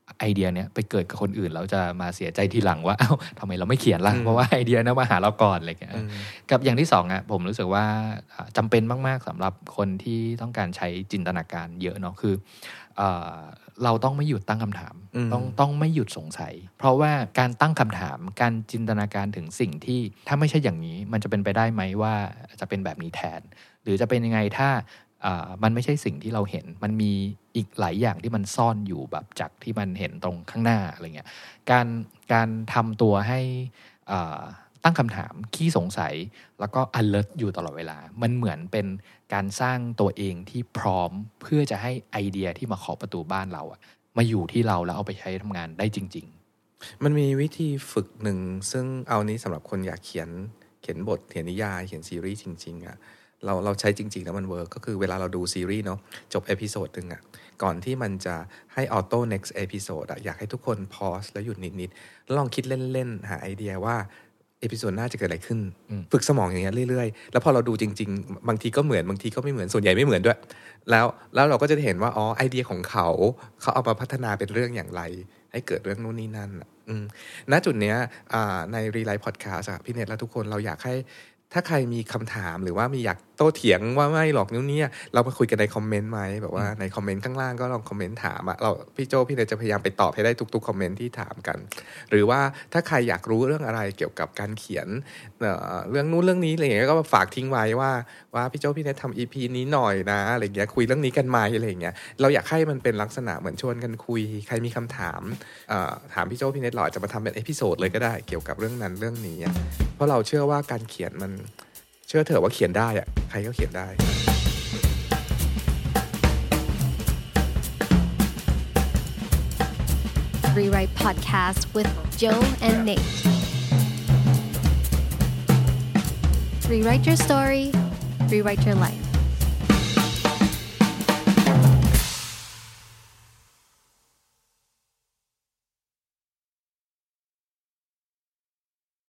ไอเดียเนี้ยไปเกิดกับคนอื่นแล้วจะมาเสียใจทีหลังว่าเอ้าทำไมเราไม่เขียนล่ะเพราะว่าไอเดียนั้นมาหาเราก่อนอะไรเงี้ยกับอย่างที่สองอ่ะผมรู้สึกว่าจำเป็นมากๆสำหรับคนที่ต้องการใช้จินตนาการเยอะเนาะคือเอ่อเราต้องไม่หยุดตั้งคำถามต้องต้องไม่หยุดสงสัยเพราะว่าการตั้งคำถามการจินตนาการถึงสิ่งที่ถ้าไม่ใช่อย่างนี้มันจะเป็นไปได้ไหมว่าจะเป็นแบบนี้แทนหรือจะเป็นยังไงถ้ามันไม่ใช่สิ่งที่เราเห็นมันมีอีกหลายอย่างที่มันซ่อนอยู่แบบจากที่มันเห็นตรงข้างหน้าอะไรเงี้ยการการทำตัวให้ตั้งคำถามขี้สงสัยแล้วก็ alert อยู่ตลอดเวลามันเหมือนเป็นการสร้างตัวเองที่พร้อมเพื่อจะให้ไอเดียที่มาเคาะประตูบ้านเราอะมาอยู่ที่เราแล้วเอาไปใช้ทำงานได้จริงๆมันมีวิธีฝึกหนึ่งซึ่งเอานี้สำหรับคนอยากเขียนเขียนบทเขียนนิยายเขียนซีรีส์จริงๆอะเราเราใช้จริงๆแล้วมันเวิร์กก็คือเวลาเราดูซีรีส์เนาะจบเอพิโซดนึงอะก่อนที่มันจะให้ออโต้ next episode อะอยากให้ทุกคนพอสแล้วหยุดนิดๆแล้วลองคิดเล่นๆหาไอเดียว่าเอพิโซดหน้าจะเกิดอะไรขึ้นฝึกสมองอย่างเงี้ยเรื่อยๆแล้วพอเราดูจริงๆบางทีก็เหมือนบางทีก็ไม่เหมือนส่วนใหญ่ไม่เหมือนด้วยแล้วแล้วเราก็จะเห็นว่าอ๋อไอเดียของเขาเขาเอามาพัฒนาเป็นเรื่องอย่างไรให้เกิดเรื่องนู่นนี่นั่นอ่ะณจุดเนี้ยในรีไลฟ์พอดแคสต์อะพี่เนทและทุกคนเราอยากให้ถ้าใครมีคำถามหรือว่ามีอยากโต้เถียงว่าไม่หรอกนิ้วนี้เรามาคุยกันในคอมเมนต์ไหมแบบว่าในคอมเมนต์ข้างล่างก็ลองคอมเมนต์ถามอะเราพี่โจพี่เนยจะพยายามไปตอบให้ได้ทุกๆคอมเมนต์ที่ถามกันหรือว่าถ้าใครอยากรู้เรื่องอะไรเกี่ยวกับการเขียน เอ่อ เรื่องนู้นเรื่องนี้อะไรอย่างเงี้ยก็ฝากทิ้งไว้ว่าว่าพี่โจพี่เนยทำ อี พี นี้หน่อยนะอะไรอย่างเงี้ยคุยเรื่องนี้กันไหมอะไรอย่างเงี้ยเราอยากให้มันเป็นลักษณะเหมือนชวนกันคุยใครมีคำถามถามพี่โจพี่เนยหล่อจะมาทำเป็นเอพิโซดเลยก็ได้เกี่ยวกับเรื่องนั้นเรื่องนี้เพราะเราเชื่อว่าการเขียนมันเชื่อเถอะว่าเขียนได้อะใครก็เขียนได้ Rewrite Podcast with Joe and Nate. Rewrite your story, rewrite your life.